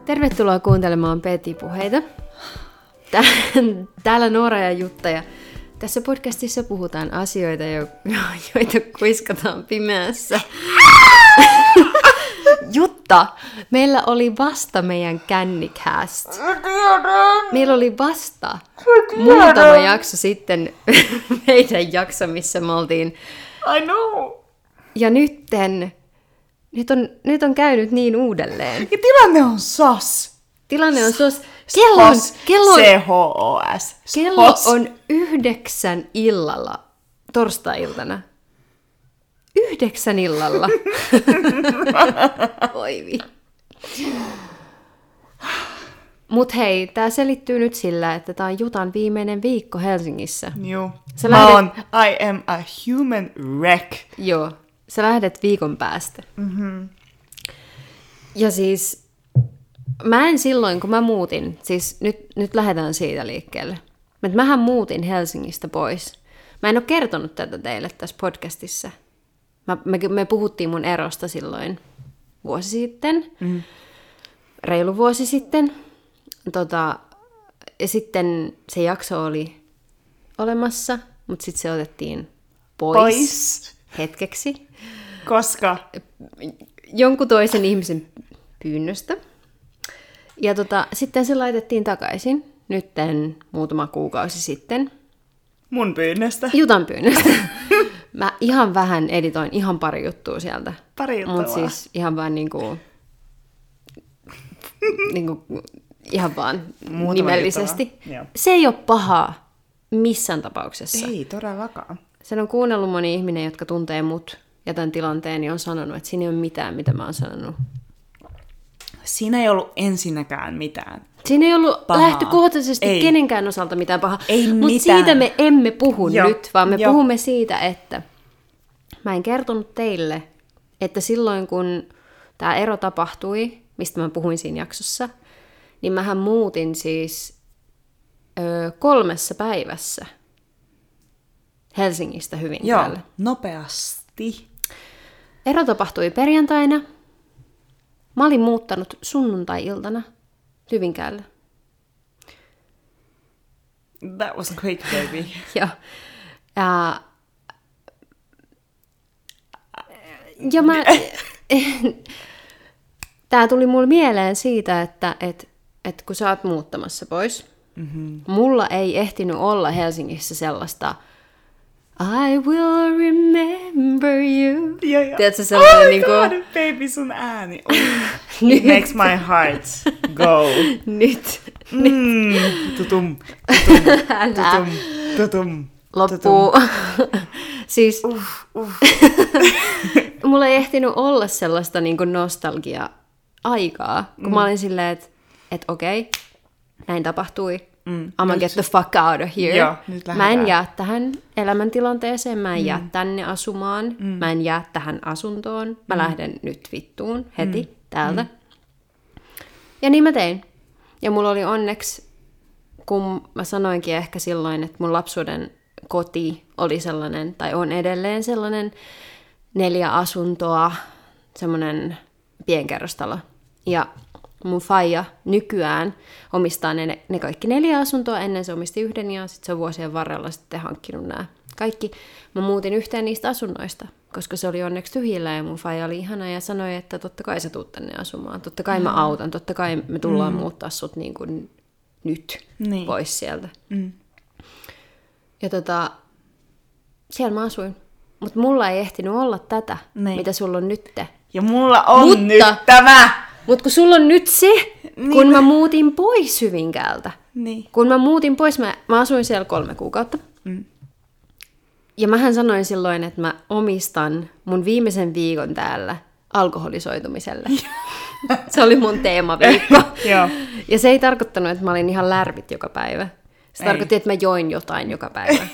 Tervetuloa kuuntelemaan Peti-puheita. Täällä Noora ja Jutta ja tässä podcastissa puhutaan asioita, joita kuiskataan pimeässä. Jutta, meillä oli vasta meidän kännikäst. Meillä oli vasta muutama jakso sitten meidän jakso, missä me oltiin. I know. Ja nyt on käynyt niin uudelleen. Ja tilanne on sos. Tilanne on sos. Kello on 9 illalla, torstai-iltana. 9 illalla. Oi vi. Mut hei, tää selittyy nyt sillä, että tää on Jutan viimeinen viikko Helsingissä. Joo. I am a human wreck. Joo. Sä lähdet viikon päästä. Mm-hmm. Ja siis mä en silloin, kun mä muutin, siis nyt lähdetään siitä liikkeelle. Mähän muutin Helsingistä pois. Mä en ole kertonut tätä teille tässä podcastissa. Me puhuttiin mun erosta silloin vuosi sitten, reilu vuosi sitten. Ja sitten se jakso oli olemassa, mutta sitten se otettiin pois hetkeksi. Koska? Jonkun toisen ihmisen pyynnöstä. Ja sitten se laitettiin takaisin, nytten muutama kuukausi sitten. Mun pyynnöstä? Jutan pyynnöstä. Mä ihan vähän editoin, ihan pari juttua sieltä. Pari juttua. Mut siis ihan vaan niinku ihan vaan muutama nimellisesti. Se ei ole pahaa missään tapauksessa. Ei todellakaan. Sen on kuunnellut moni ihminen, jotka tuntee mut ja tämän tilanteen, niin on sanonut, että siinä ei ole mitään, mitä mä oon sanonut. Siinä ei ollut ensinnäkään mitään. Siinä ei ollut lähtökohtaisesti kenenkään osalta mitään pahaa. Mutta siitä me emme puhu nyt, vaan me puhumme siitä, että mä en kertonut teille, että silloin kun tämä ero tapahtui, mistä mä puhuin siinä jaksossa, niin mähän muutin siis 3 päivässä Helsingistä Hyvinkäälle. Joo, nopeasti. Ero tapahtui perjantaina. Mä olin muuttanut sunnuntai-iltana Hyvinkäälle. That was quick, baby. Joo. Ja mä... Tää tuli mulle mieleen siitä, että kun sä oot muuttamassa pois, mulla ei ehtinyt olla Helsingissä sellaista I will remember you. Joo. Tiedätkö sellainen oh niinku... God, baby, sun ääni. It makes my heart go. Nyt. Tutum. Loppuu. Siis mulla ei ehtinyt olla sellaista niinku nostalgia-aikaa, kun mä olin silleen, että okei, näin tapahtui. I'm get the fuck out of here. Joo, mä en jää tähän elämäntilanteeseen, mä en jää tänne asumaan, mä en jää tähän asuntoon. Mä lähden nyt vittuun heti täältä. Ja niin mä tein. Ja mulla oli onneksi, kun mä sanoinkin ehkä silloin, että mun lapsuuden koti oli sellainen, tai on edelleen sellainen 4 asuntoa, semmoinen pienkerrostalo. Ja mun faija nykyään omistaa ne kaikki 4 asuntoa, ennen se omisti 1 ja sitten se on vuosien varrella sitten hankkinut nämä kaikki. Mä muutin yhteen niistä asunnoista, koska se oli onneksi tyhjillä ja mun faija oli ihana ja sanoi, että totta kai sä tuut tänne asumaan, totta kai mä autan, totta kai me tullaan muuttaa sut niin kuin nyt pois sieltä. Ja siellä mä asuin, mutta mulla ei ehtinyt olla tätä, mitä sulla on nytte. Ja mulla on nyt tämä! Mutta kun sulla on nyt se, kun mä muutin pois Hyvinkäältä. Niin. Kun mä muutin pois, mä asuin siellä 3 kuukautta. Ja mähän sanoin silloin, että mä omistan mun viimeisen viikon täällä alkoholisoitumiselle. Se oli mun teemaviikko. Ja se ei tarkoittanut, että mä olin ihan lärvit joka päivä. Se tarkoitti, että mä join jotain joka päivä.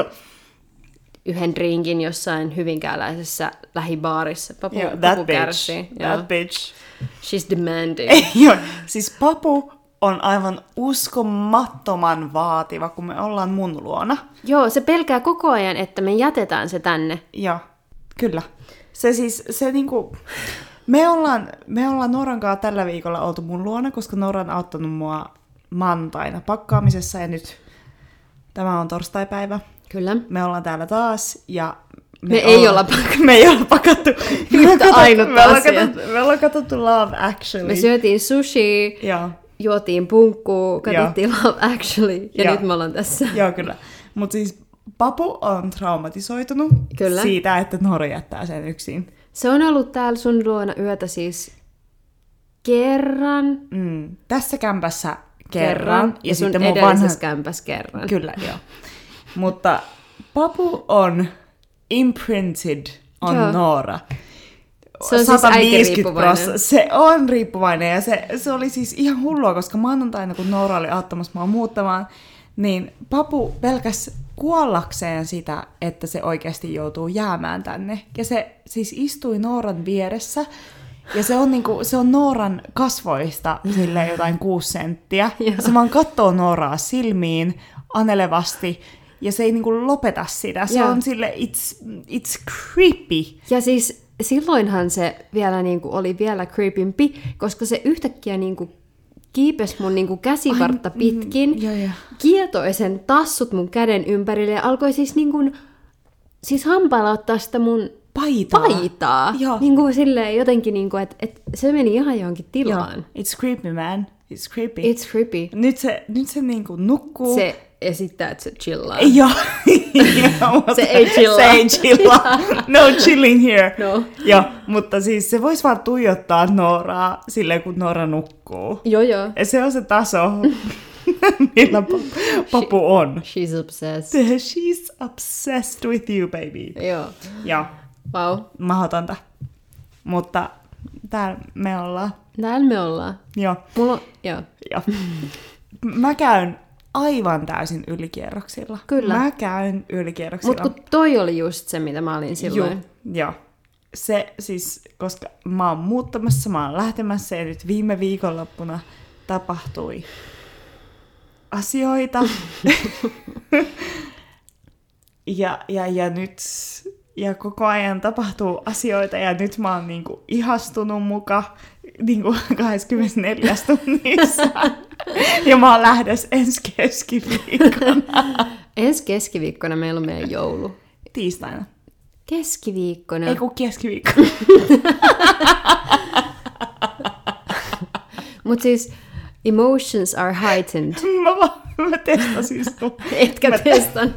1 drinkin jossain hyvinkääläisessä lähibaarissa. Papu kärsii. That bitch. She's demanding. Siis Papu on aivan uskomattoman vaativa, kun me ollaan mun luona. Joo, se pelkää koko ajan, että me jätetään se tänne. Joo, kyllä. Se niinku... Me ollaan Nooran kanssa tällä viikolla oltu mun luona, koska Noora on auttanut mua maanantaina pakkaamisessa ja nyt tämä on torstaipäivä. Kyllä. Me ollaan täällä taas ja Me ei olla pakattu. Me ollaan katsottu Love Actually. Me syötiin sushi, juotiin punkkuu, katsottiin Love Actually ja nyt me ollaan tässä. Joo, kyllä. Mutta siis Papu on traumatisoitunut siitä, että Noora jättää sen yksin. Se on ollut täällä sun luona yötä siis kerran. Tässä kämpässä kerran. Ja sun edellisessä kämpässä kerran. Kyllä, joo. Mutta Papu on imprinted on Noora. Se on 150%. Se on riippuvainen ja se oli siis ihan hullua, koska maanantaina kun Noora oli auttamassa mua muuttamaan, niin Papu pelkäsi kuollakseen sitä, että se oikeasti joutuu jäämään tänne. Ja se siis istui Nooran vieressä ja se on Nooran kasvoista silleen jotain 6 senttiä. Se vaan katsoo Nooraa silmiin anelevasti. Ja se ei niinku lopeta sitä. Se on sille, it's creepy. Ja siis silloinhan se vielä niinku oli vielä creepympi, koska se yhtäkkiä niinku kiipesi mun niinku käsivartta pitkin, kietoi sen tassut mun käden ympärille ja alkoi siis niinku, siis hampaalauttaa sitä mun paitaa. Niinku silleen jotenkin, niinku, että se meni ihan johonkin tilaan. It's creepy, man. It's creepy. It's creepy. Nyt se niinku nukkuu. Se esittää, että se chillaa. Joo. Se ei chillaa. Se ei chillaa. No chilling here. No. Joo, mutta siis se voisi vaan tuijottaa Nooraa silleen, kun Noora nukkuu. Joo. Ja se on se taso, millä Papu on. She's obsessed. She's obsessed with you, baby. Joo. Wow. Mahdotonta. Mutta täällä me ollaan. Joo. Joo. Mä käyn aivan täysin ylikierroksilla. Kyllä. Mä käyn ylikierroksilla. Mutta kun toi oli just se, mitä mä olin silloin. Joo. Se siis, koska mä oon muuttamassa, mä oon lähtemässä ja nyt viime viikonloppuna tapahtui asioita. ja nyt ja koko ajan tapahtuu asioita ja nyt mä oon niinku ihastunut muka niinku 24 tunnissa. Ja mä oon lähdössä ensi keskiviikkona. Ensi keskiviikkona meillä on meidän joulu. Tiistaina. Keskiviikkona. Ei kun keskiviikkona. Mut siis emotions are heightened. Mä testasin sun. Etkä testannut.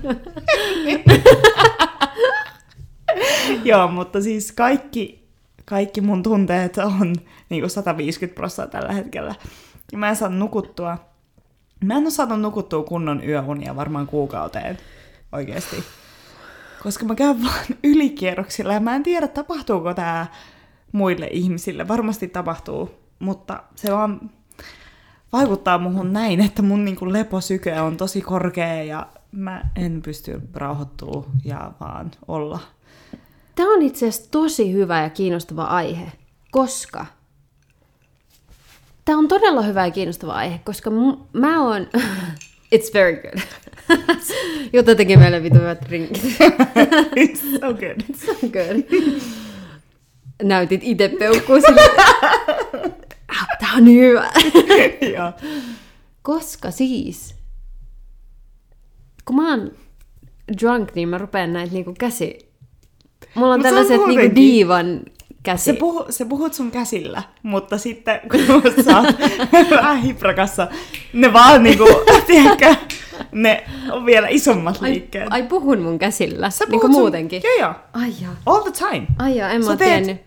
Joo, mutta siis kaikki mun tunteet on niinku 150% tällä hetkellä. Ja mä en saa nukuttua. Mä en ole saanut nukuttua kunnon yöunia varmaan kuukauteen oikeesti. Koska mä käyn vaan ylikierroksilla ja mä en tiedä, tapahtuuko tää muille ihmisille. Varmasti tapahtuu, mutta se vaan vaikuttaa muhun näin, että mun niinku leposyke on tosi korkea ja mä en pysty rauhoittua ja vaan olla. Tämä on itse asiassa tosi hyvä ja kiinnostava aihe, koska tämä on todella hyvä ja kiinnostava aihe, koska mä oon... It's very good. Jota teki meille vitu hyvät drinkit. It's so good. It's so good. Näytit itse peukkuu sille. Tää on hyvä. Joo. Koska siis, kun mä oon drunk, niin mä rupean näitä niinku Mulla on tällaiset niinku diivan käsi. Se puhut sun käsillä, mutta sitten kun sä oot vähän hiprakassa, ne vaan niinku, tiedätkö, ne on vielä isommat liikkeet. Ai puhun mun käsillä? Niinku muutenkin? Joo. Ai jaa. All the time. Ai jaa, en mä tiennyt.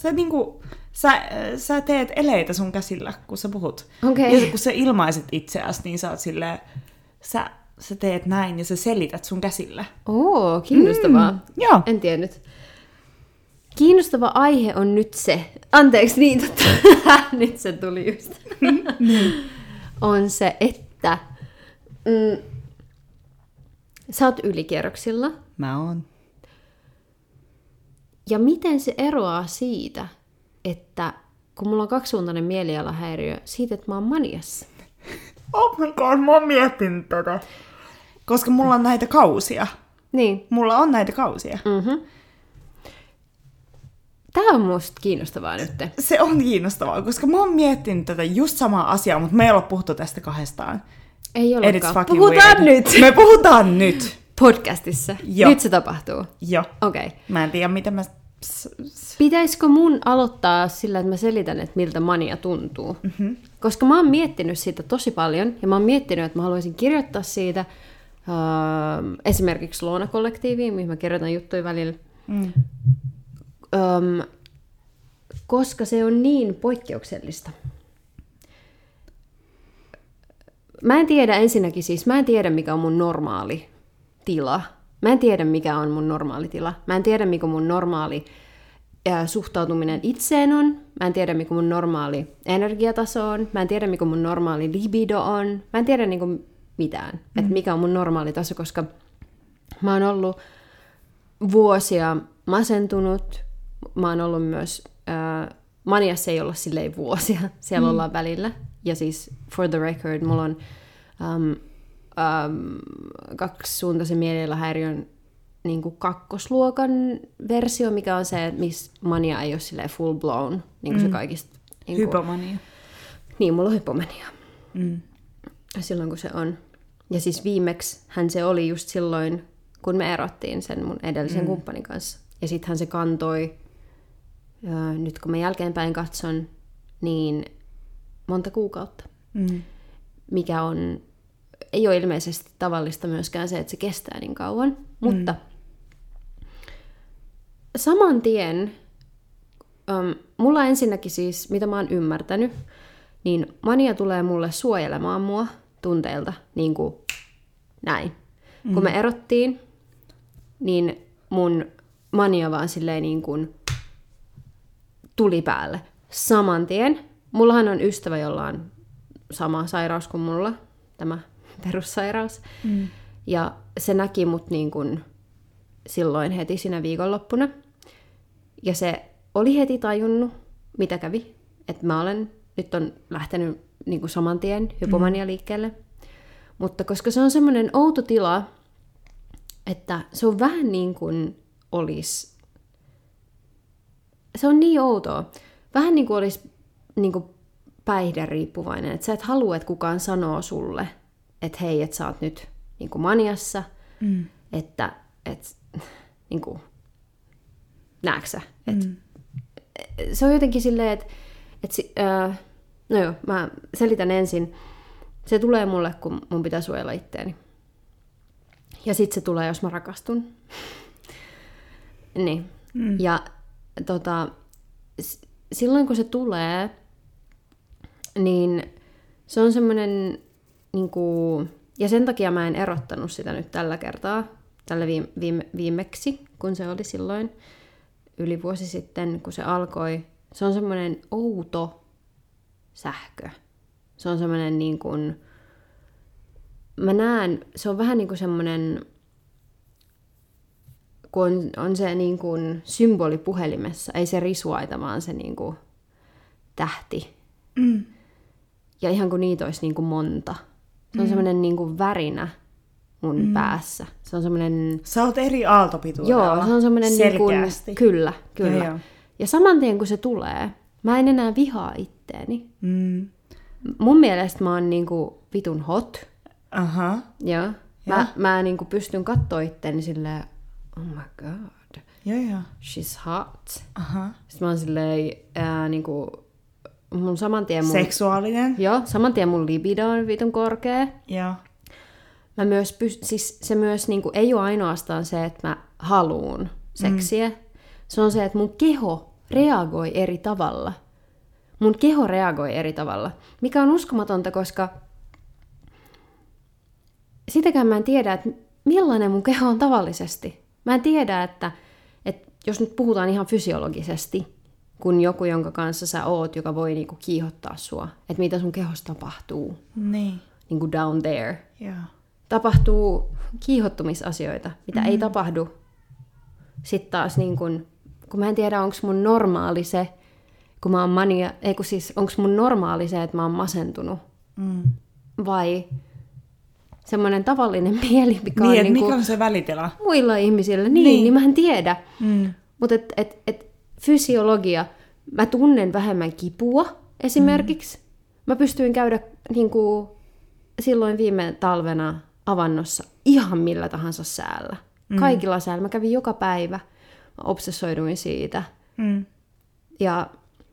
Sä teet eleitä sun käsillä, kun sä puhut. Okay. Ja kun sä ilmaiset itseäsi, niin sä oot silleen, sä teet näin ja sä selität sun käsillä. Oo, kiinnostavaa. Joo. En tiennyt. Kiinnostava aihe on nyt se, anteeksi niin, nyt se tuli just, on se, että sä oot ylikierroksilla. Mä oon. Ja miten se eroaa siitä, että kun mulla on kaksisuuntainen mielialahäiriö, siitä, että mä oon maniassa? Oh my god, mä oon miettinyt tätä. Koska mulla on näitä kausia. Niin. Mulla on näitä kausia. Mm-hmm. Tää on musta kiinnostavaa nyt. Se on kiinnostavaa, koska mä oon miettinyt tätä just samaa asiaa, mutta me ei olla puhuttu tästä kahdestaan. Ei olekaan. Puhutaan nyt! Me puhutaan nyt! Podcastissa. Joo. Nyt se tapahtuu. Joo. Okei. Okay. Mä en tiedä, mitä mä... Pitäisikö mun aloittaa sillä, että mä selitän, että miltä mania tuntuu? Mm-hmm. Koska mä oon miettinyt siitä tosi paljon, ja mä oon miettinyt, että mä haluaisin kirjoittaa siitä esimerkiksi Loona-kollektiiviin, mihin mä kirjoitan juttuja välillä. Koska se on niin poikkeuksellista. Mä en tiedä mikä on mun normaali tila. Mä en tiedä mikä on mun normaali tila. Mä en tiedä mikä mun normaali suhtautuminen itseen on. Mä en tiedä mikä mun normaali energiataso on. Mä en tiedä mikä mun normaali libido on. Mä en tiedä niinku mitään, että mikä on mun normaali taso, koska mä oon ollut vuosia masentunut. Mä oon ollut myös, maniassa ei olla silleen vuosia, siellä ollaan välillä. Ja siis, for the record, mulla on kaksisuuntaisen mielialahäiriön niin kuin kakkosluokan versio, mikä on se, missä mania ei ole silleen full blown, niin kuin se kaikista. Niin kuin, hypomania. Niin, mulla on hypomania. Silloin kun se on. Ja siis viimeksi hän se oli just silloin, kun me erottiin sen mun edellisen kumppanin kanssa. Ja sittenhän se kantoi, nyt kun mä jälkeenpäin katson, niin monta kuukautta. Mikä on, ei ole ilmeisesti tavallista myöskään se, että se kestää niin kauan. Mutta saman tien, mulla ensinnäkin siis, mitä mä oon ymmärtänyt, niin mania tulee mulle suojelemaan mua tunteilta, niin kuin näin. Kun me erottiin, niin mun mania vaan silleen niin kuin tuli päälle saman tien. Mullahan on ystävä, jolla on sama sairaus kuin mulla, tämä perussairaus. Ja se näki mut niin kuin silloin heti siinä viikonloppuna. Ja se oli heti tajunnut, mitä kävi. Että mä nyt on lähtenyt niin kuin saman tien hypomania liikkeelle. Mutta koska se on semmoinen outo tila, että se on vähän niin kuin olisi... Se on niin outoa. Vähän niin kuin olisi niin kuin päihderiippuvainen. Että sä et halua, että kukaan sanoo sulle, että hei, että sä oot nyt niin kuin maniassa. Että niin kuin, näetkö sä? Se on jotenkin silleen, no joo, mä selitän ensin. Se tulee mulle, kun mun pitää suojella itteeni. Ja sit se tulee, jos mä rakastun. Niin. Ja silloin kun se tulee, niin se on semmoinen, niinku, ja sen takia mä en erottanut sitä nyt tällä kertaa, tällä viimeksi, kun se oli silloin yli vuosi sitten, kun se alkoi. Se on semmoinen outo sähkö. Se on semmoinen niin kuin, mä näen, se on vähän niin kuin semmoinen, kun on se niin kuin symboli puhelimessa, ei se risuaita, vaan se niin kuin tähti. Ja ihan kuin niitä olisi niin kuin monta. Se on semmoinen niin kuin värinä mun päässä. Se on semmoinen... Sä oot eri aaltopituudella. Joo, se on semmoinen selkeästi. Niin kuin, kyllä. Joo. Ja saman tien kun se tulee, mä en enää vihaa itteeni. Mun mielestä mä oon niinku vitun hot. Aha. Joo. Mä niinku pystyn kattoo itteeni silleen, oh my god. Joo. She's hot. Aha. Sitten mä oon silleen, niinku, mun saman tien seksuaalinen. Joo, saman tien mun libido on vitun korkea. Joo. Mä myös siis se myös niinku, ei ole ainoastaan se, että mä haluun seksiä. Se on se, että mun keho reagoi eri tavalla. Mun keho reagoi eri tavalla. Mikä on uskomatonta, koska sitäkään mä en tiedä, että millainen mun keho on tavallisesti. Mä en tiedä, että jos nyt puhutaan ihan fysiologisesti, kun joku, jonka kanssa sä oot, joka voi niinku kiihottaa sua, että mitä sun kehossa tapahtuu. Niin. Niinku down there. Joo. Tapahtuu kiihottumisasioita, mitä ei tapahdu. Sitten taas niin kun mä en tiedä, onko mun normaali se, kun mä oon onko mun normaali se, että mä oon masentunut. Vai semmoinen tavallinen mieli, mikä on mikä on se välitila? Muilla ihmisillä. Niin mä en tiedä. Mutta fysiologia. Mä tunnen vähemmän kipua esimerkiksi. Mä pystyin käydä niin kuin, silloin viime talvena avannossa ihan millä tahansa säällä. Kaikilla säällä. Mä kävin joka päivä. Mä obsessoiduin siitä. Ja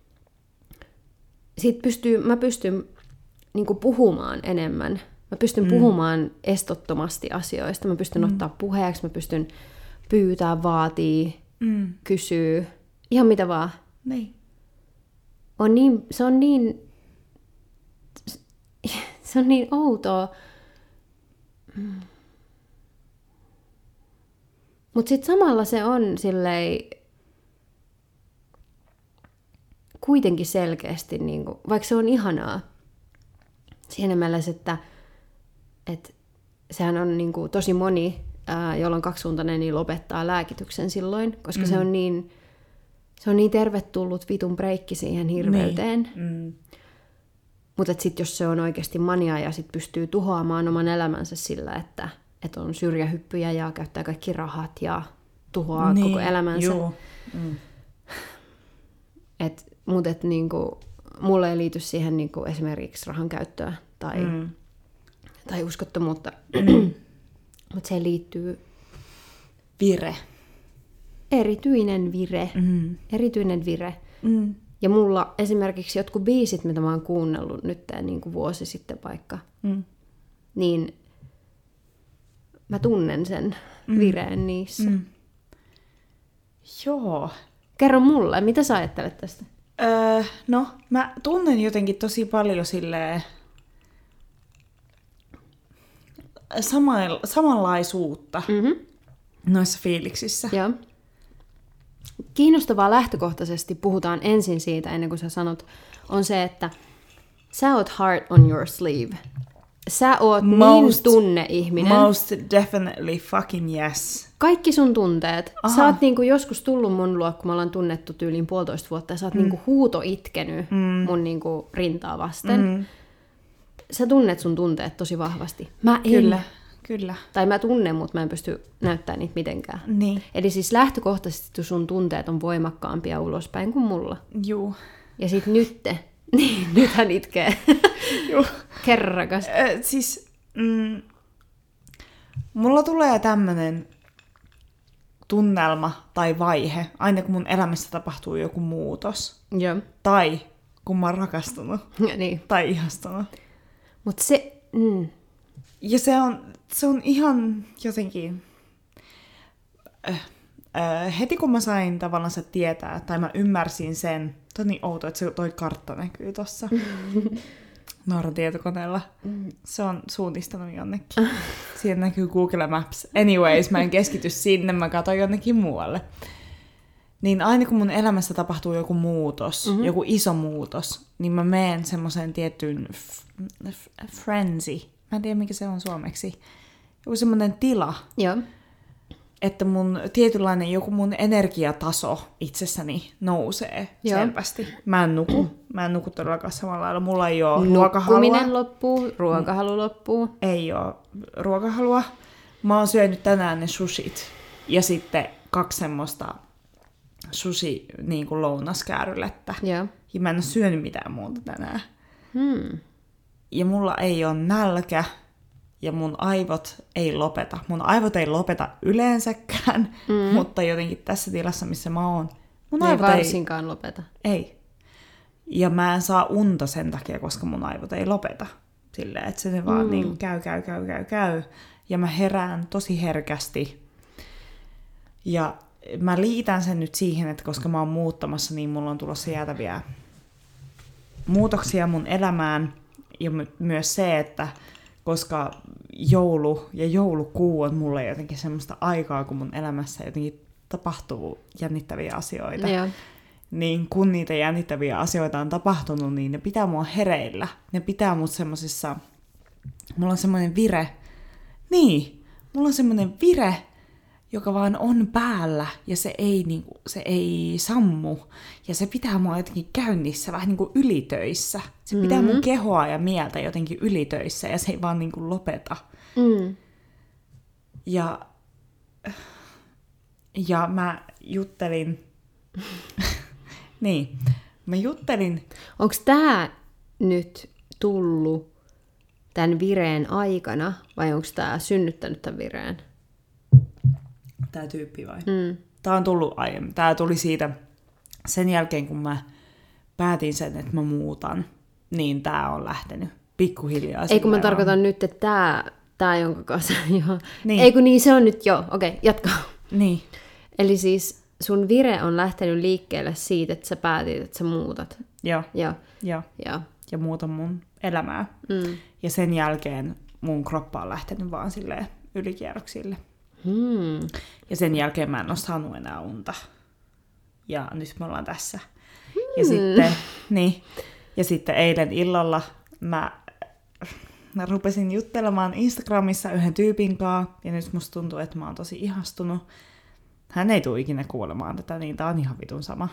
sit mä pystyn niin kuin puhumaan enemmän. Mä pystyn puhumaan estottomasti asioista. Mä pystyn ottaa puheeksi. Mä pystyn pyytää, vaatii, kysyy. Ihan mitä vaan. Niin. Se on niin outoa. Mutta sitten samalla se on silleen kuitenkin selkeästi, niinku, vaikka se on ihanaa siinä mielessä, että sehän on niinku tosi moni, jolla on kaksisuuntainen, niin lopettaa lääkityksen silloin, koska se on niin tervetullut vitun breikki siihen hirveyteen. Mutta sitten jos se on oikeasti mania ja sit pystyy tuhoamaan oman elämänsä sillä, että on syrjähyppyjä ja käyttää kaikki rahat ja tuhoaa koko elämänsä. Mutta niinku, mulle ei liity siihen niinku esimerkiksi rahan käyttöä tai uskottomuutta. Mutta se liittyy vire. Erityinen vire. Erityinen vire. Ja mulla esimerkiksi jotkut biisit, mitä mä oon kuunnellut nyt niin kuin vuosi sitten vaikka, niin mä tunnen sen vireen niissä. Joo. Kerro mulle, mitä sä ajattelet tästä? No, mä tunnen jotenkin tosi paljon silleen samanlaisuutta noissa fiiliksissä. Joo. Kiinnostavaa lähtökohtaisesti puhutaan ensin siitä, ennen kuin sä sanot, on se, että sä oot heart on your sleeve. Sä oot niin tunneihminen. Most definitely fucking yes. Kaikki sun tunteet. Aha. Sä oot niinku joskus tullut mun luo, kun me ollaan tunnettu tyyliin 1,5 vuotta, ja sä oot niinku huuto itkenyt mun niinku rintaa vasten. Sä tunnet sun tunteet tosi vahvasti. Mä en. Kyllä. Tai mä tunnen, mutta mä en pysty näyttämään niitä mitenkään. Niin. Eli siis lähtökohtaisesti sun tunteet on voimakkaampia ulospäin kuin mulla. Juu. Ja sit nyt hän itkee. Juu. Kerrakas. Mulla tulee tämmönen tunnelma tai vaihe, aina kun mun elämässä tapahtuu joku muutos. Joo. Tai kun mä oon rakastunut. Niin. Tai ihastunut. Mut se... Ja se on ihan jotenkin... heti kun mä sain tavallaan se tietää, tai mä ymmärsin sen, toi on niin outo, että toi kartta näkyy tossa Nooran tietokoneella. Se on suunnistanut jonnekin. Siinä näkyy Google Maps. Anyways, mä en keskity sinne, mä katson jonnekin muualle. Niin aina kun mun elämässä tapahtuu joku muutos, joku iso muutos, niin mä menen semmoiseen tiettyyn frenzy. Mä en tiedä, mikä se on suomeksi. Joku semmoinen tila. Joo. Että mun tietynlainen joku mun energiataso itsessäni nousee selvästi. Mä en nuku todellakaan samalla lailla. Mulla ei ole ruokahalua. Nukkuminen loppuu, ruokahalu loppuu. Ei ole ruokahalua. Mä oon syönyt tänään ne sushit. Ja sitten 2 semmoista sushi niin kuin lounaskääryllettä. Ja mä en ole syönyt mitään muuta tänään. Ja mulla ei ole nälkä. Ja mun aivot ei lopeta. Mun aivot ei lopeta yleensäkään, mutta jotenkin tässä tilassa, missä mä oon. Mun aivot ei varsinkaan lopeta. Ei. Ja mä en saa unta sen takia, koska mun aivot ei lopeta. Silleen, että se vaan niin käy. Ja mä herään tosi herkästi. Ja mä liitän sen nyt siihen, että koska mä oon muuttamassa, niin mulla on tulossa jäätäviä muutoksia mun elämään. Ja myös se, että koska joulu ja joulukuu on mulle jotenkin semmoista aikaa, kun mun elämässä jotenkin tapahtuu jännittäviä asioita. Ja. Niin kun niitä jännittäviä asioita on tapahtunut, niin ne pitää mua hereillä. Ne pitää mut semmosissa... Mulla on semmoinen vire. Mulla on semmoinen vire, joka vaan on päällä ja se ei sammu. Ja se pitää mua jotenkin käynnissä, vähän niin kuin ylitöissä. Se pitää mun kehoa ja mieltä jotenkin ylitöissä ja se ei vaan niin kuin lopeta. Ja mä juttelin Niin. Mä juttelin... Onko tää nyt tullut tämän vireen aikana, vai onko tää synnyttänyt tämän vireen? Tää tyyppi vai? Tää on tullut aiemmin. Tää tuli siitä sen jälkeen, kun mä päätin sen, että mä muutan, niin tää on lähtenyt pikkuhiljaa. Ei kun mä tarkoitan nyt, että tää jonka kanssa joo. Niin. Ei kun niin, se on nyt jo. Okei, jatkaa. Niin. Eli siis sun vire on lähtenyt liikkeelle siitä, että sä päätit, että sä muutat. Joo. Joo. Joo. Joo. Ja muutan mun elämää. Ja sen jälkeen mun kroppa on lähtenyt vaan silleen ylikierroksille. Ja sen jälkeen mä en ole saanut enää unta. Ja nyt me ollaan tässä. Ja sitten eilen illalla mä rupesin juttelemaan Instagramissa yhden tyypin kanssa. Ja nyt musta tuntuu, että mä oon tosi ihastunut. Hän ei tule ikinä kuulemaan tätä, niin tää on ihan vitun sama.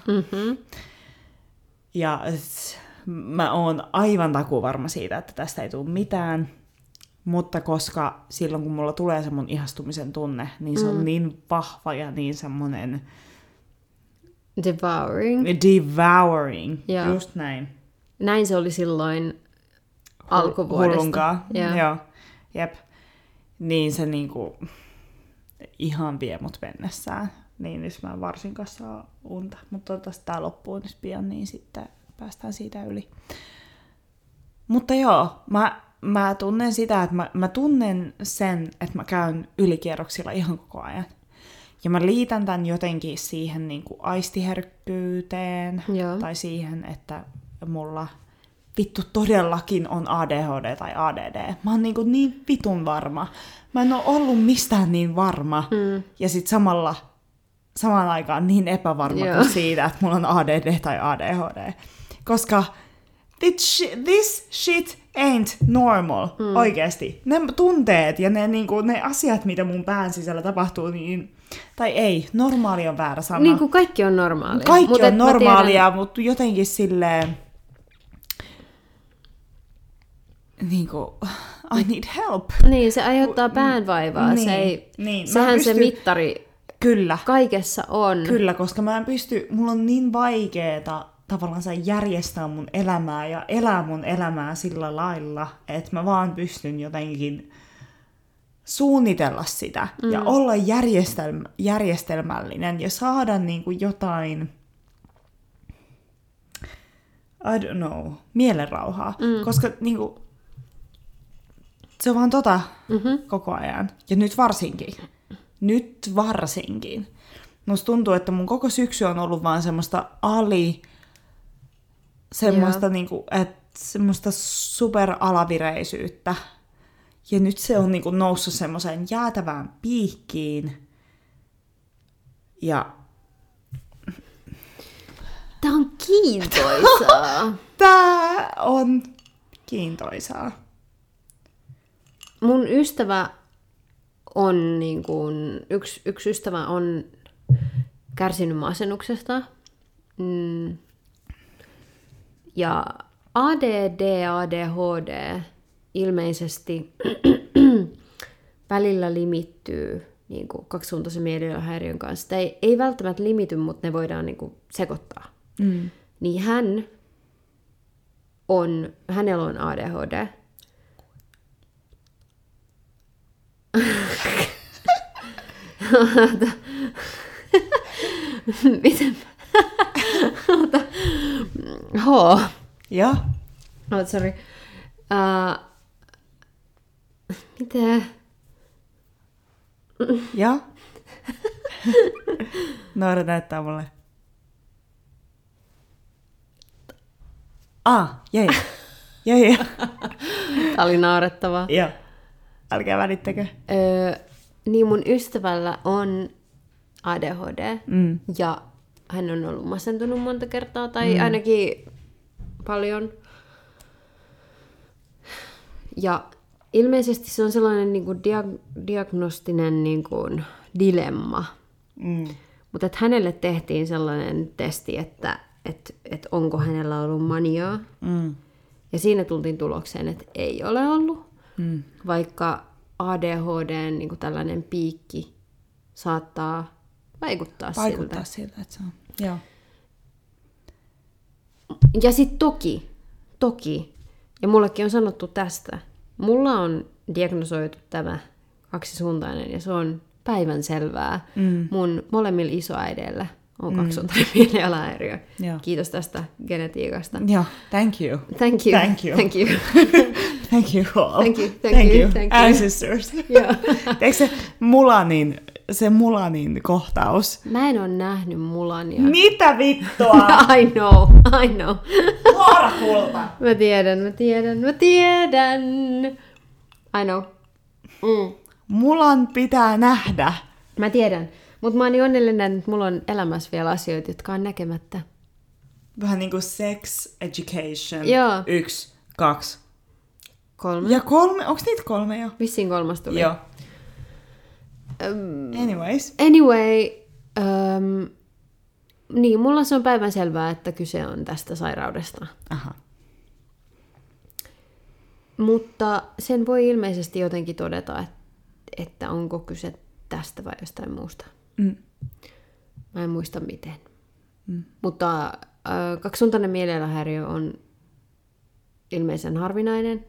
Ja mä oon aivan takuvarma siitä, että tästä ei tule mitään. Mutta koska silloin, kun mulla tulee se mun ihastumisen tunne, niin se on niin vahva ja niin semmonen... Devouring. Joo. Just näin. Näin se oli silloin alkuvuodesta. Hullunkaa. Joo. Jep. Niin se niinku ihan vie mut mennessään. Niin nyt mä varsinkaan saa unta. Mutta toivottavasti tää loppuu nyt pian, niin sitten päästään siitä yli. Mutta joo, mä tunnen sitä, että mä tunnen sen, että mä käyn ylikierroksilla ihan koko ajan. Ja mä liitän tämän jotenkin siihen niin kuin aistiherkkyyteen. Joo. Tai siihen, että mulla vittu todellakin on ADHD tai ADD. Mä oon niin vitun varma. Mä en oo ollut mistään niin varma. Ja sit samaan aikaan niin epävarma kuin siitä, että mulla on ADD tai ADHD. Koska this shit ain't normal, oikeesti. Ne tunteet ja ne asiat, mitä mun pään sisällä tapahtuu, niin... Tai ei, normaali on väärä sana. Niin kuin kaikki on normaalia. Kaikki on normaalia, mutta jotenkin silleen... Niin kuin, I need help. Niin, se aiheuttaa päänvaivaa. Sehän se mittari kyllä. Kaikessa on. Kyllä, koska mä en pysty... Mulla on niin vaikeeta tavallaan järjestää mun elämää ja elää mun elämää sillä lailla, että mä vaan pystyn jotenkin suunnitella sitä ja olla järjestelmällinen ja saada niinku jotain, I don't know, mielenrauhaa. Koska niinku, se on vaan koko ajan. Ja nyt varsinkin. Musta tuntuu, että mun koko syksy on ollut vaan semmoista niinku, semmoista superalavireisyyttä. Ja nyt se on niinku noussut semmoiseen jäätävään piikkiin. Ja... Tää on kiintoisaa. Tää on kiintoisaa. Mun ystävä on niinku... Yksi ystävä on kärsinyt masennuksesta. Ja ADD, ADHD ilmeisesti välillä limittyy niin kuin kaksisuuntaisen mielialahäiriön kanssa. Ei välttämättä limity, mutta ne voidaan niin kuin sekoittaa. Niin hänellä on ADHD. Miten? Joo. Sorry. Mitä? Joo. Noora näyttää mulle. Jäi. Tää oli naurettavaa. Joo. Älkää välittäkö. Niin mun ystävällä on ADHD. Ja hän on ollut masentunut monta kertaa, tai ainakin paljon. Ja ilmeisesti se on sellainen niin kuin diagnostinen niin kuin dilemma. Mutta hänelle tehtiin sellainen testi, että onko hänellä ollut maniaa. Ja siinä tultiin tulokseen, että ei ole ollut. Vaikka ADHDn niin kuin tällainen piikki saattaa vaikuttaa siltä, että se on. Joo. Ja sit toki, ja mullekin on sanottu tästä, mulla on diagnosoitu tämä kaksisuuntainen, ja se on päivänselvää. Mun molemmilla isoäideillä on kaksisuuntainen mielialahäiriö. Kiitos tästä genetiikasta. Joo, thank you. Thank you. Thank you. Thank you. Thank you all. Thank you. And sisters. Joo. Eikö se Mulanin kohtaus? Mä en ole nähnyt Mulania. Mitä vittua? I know. Noora kulta. Mä tiedän. I know. Mulan pitää nähdä. Mä tiedän. Mutta mä oon niin onnellinen, että mulla on elämässä vielä asioita, jotka on näkemättä. Vähän niinku sex education. Joo. 1, 2. 3. Ja 3, onks niitä 3 jo? Vissiin 3 tuli. Joo. Anyway, niin, mulla se on päivänselvää, että kyse on tästä sairaudesta. Aha. Mutta sen voi ilmeisesti jotenkin todeta, että onko kyse tästä vai jostain muusta. Mä en muista miten. Mutta kaksisuuntainen mielialahäiriö on ilmeisen harvinainen.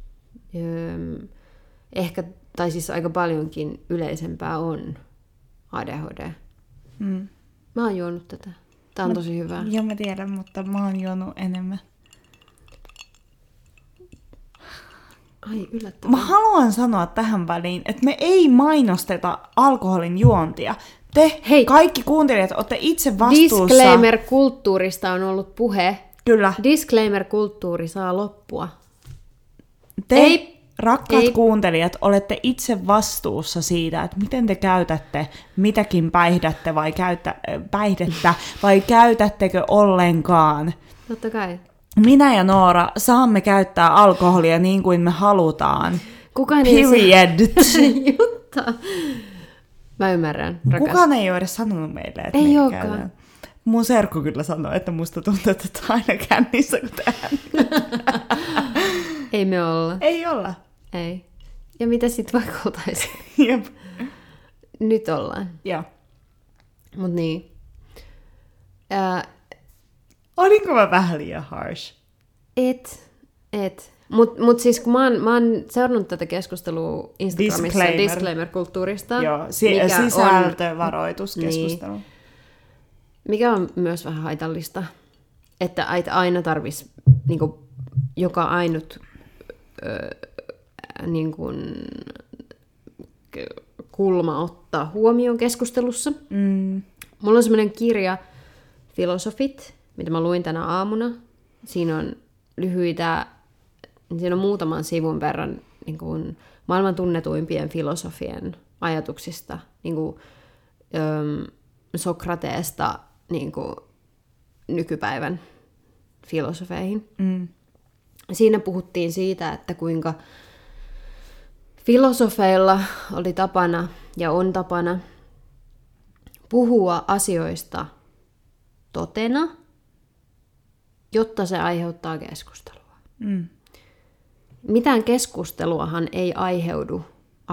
Ehkä, tai siis aika paljonkin yleisempää on ADHD. Mä oon juonut tätä. Tää on tosi hyvää. Joo, mä tiedän, mutta mä oon juonut enemmän. Ai, yllättävää. Mä haluan sanoa tähän väliin, että me ei mainosteta alkoholin juontia. Te kaikki kuuntelijat olette itse vastuussa. Disclaimer-kulttuurista on ollut puhe. Kyllä. Disclaimer-kulttuuri saa loppua. Rakkaat kuuntelijat, olette itse vastuussa siitä, että miten te käytätte mitäkin päihdettä vai käytättekö ollenkaan. Totta kai. Minä ja Noora saamme käyttää alkoholia niin kuin me halutaan. Kukaan Period. Ei Jutta. Mä ymmärrän, rakas. Kukaan ei ole edes sanonut meille, että ei me käydään. Mun serkku kyllä sanoi, että musta tuntuu, että aina kännissä kun tehdään. Ei me olla. Ei olla. Ei. Ja mitä sit vaikka oltaisiin? Jep. Nyt ollaan. Joo. Mut niin. Olinko mä vähän liian harsh? Et. Mut siis kun mä oon seurannut tätä keskustelua Instagramissa disclaimer-kulttuurista. Joo, sisältövaroituskeskustelu. Niin. Mikä on myös vähän haitallista. Että aina tarvis niinku, joka ainut niinku, kulma ottaa huomioon keskustelussa. Mulla on semmoinen kirja Filosofit, mitä mä luin tänä aamuna. Siinä on siinä on muutaman sivun verran niin kuin maailman tunnetuimpien filosofien ajatuksista, niin kuin, Sokrateesta niin kuin nykypäivän filosofeihin. Siinä puhuttiin siitä, että kuinka filosofeilla oli tapana ja on tapana puhua asioista totena, jotta se aiheuttaa keskustelua. Mitään keskusteluahan ei aiheudu.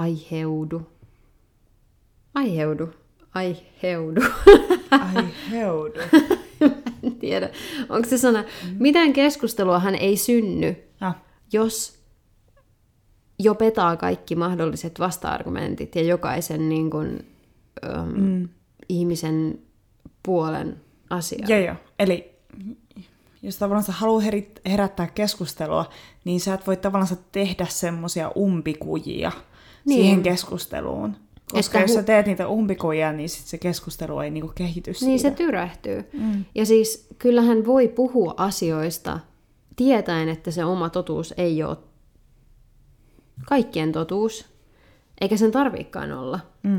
En tiedä, onko se sana. Mitään keskusteluahan ei synny, jos jo petaa kaikki mahdolliset vasta-argumentit ja jokaisen niin kuin, ihmisen puolen asiaa. Joo. Eli jos tavallaan sä haluat herättää keskustelua, niin sä et voi tavallaan tehdä semmoisia umpikujia siihen keskusteluun. Koska jos sä teet niitä umpikujia, niin sit se keskustelu ei niinku kehity siitä. Niin se tyrähtyy. Ja siis kyllähän voi puhua asioista tietäen, että se oma totuus ei ole kaikkien totuus, eikä sen tarviikaan olla.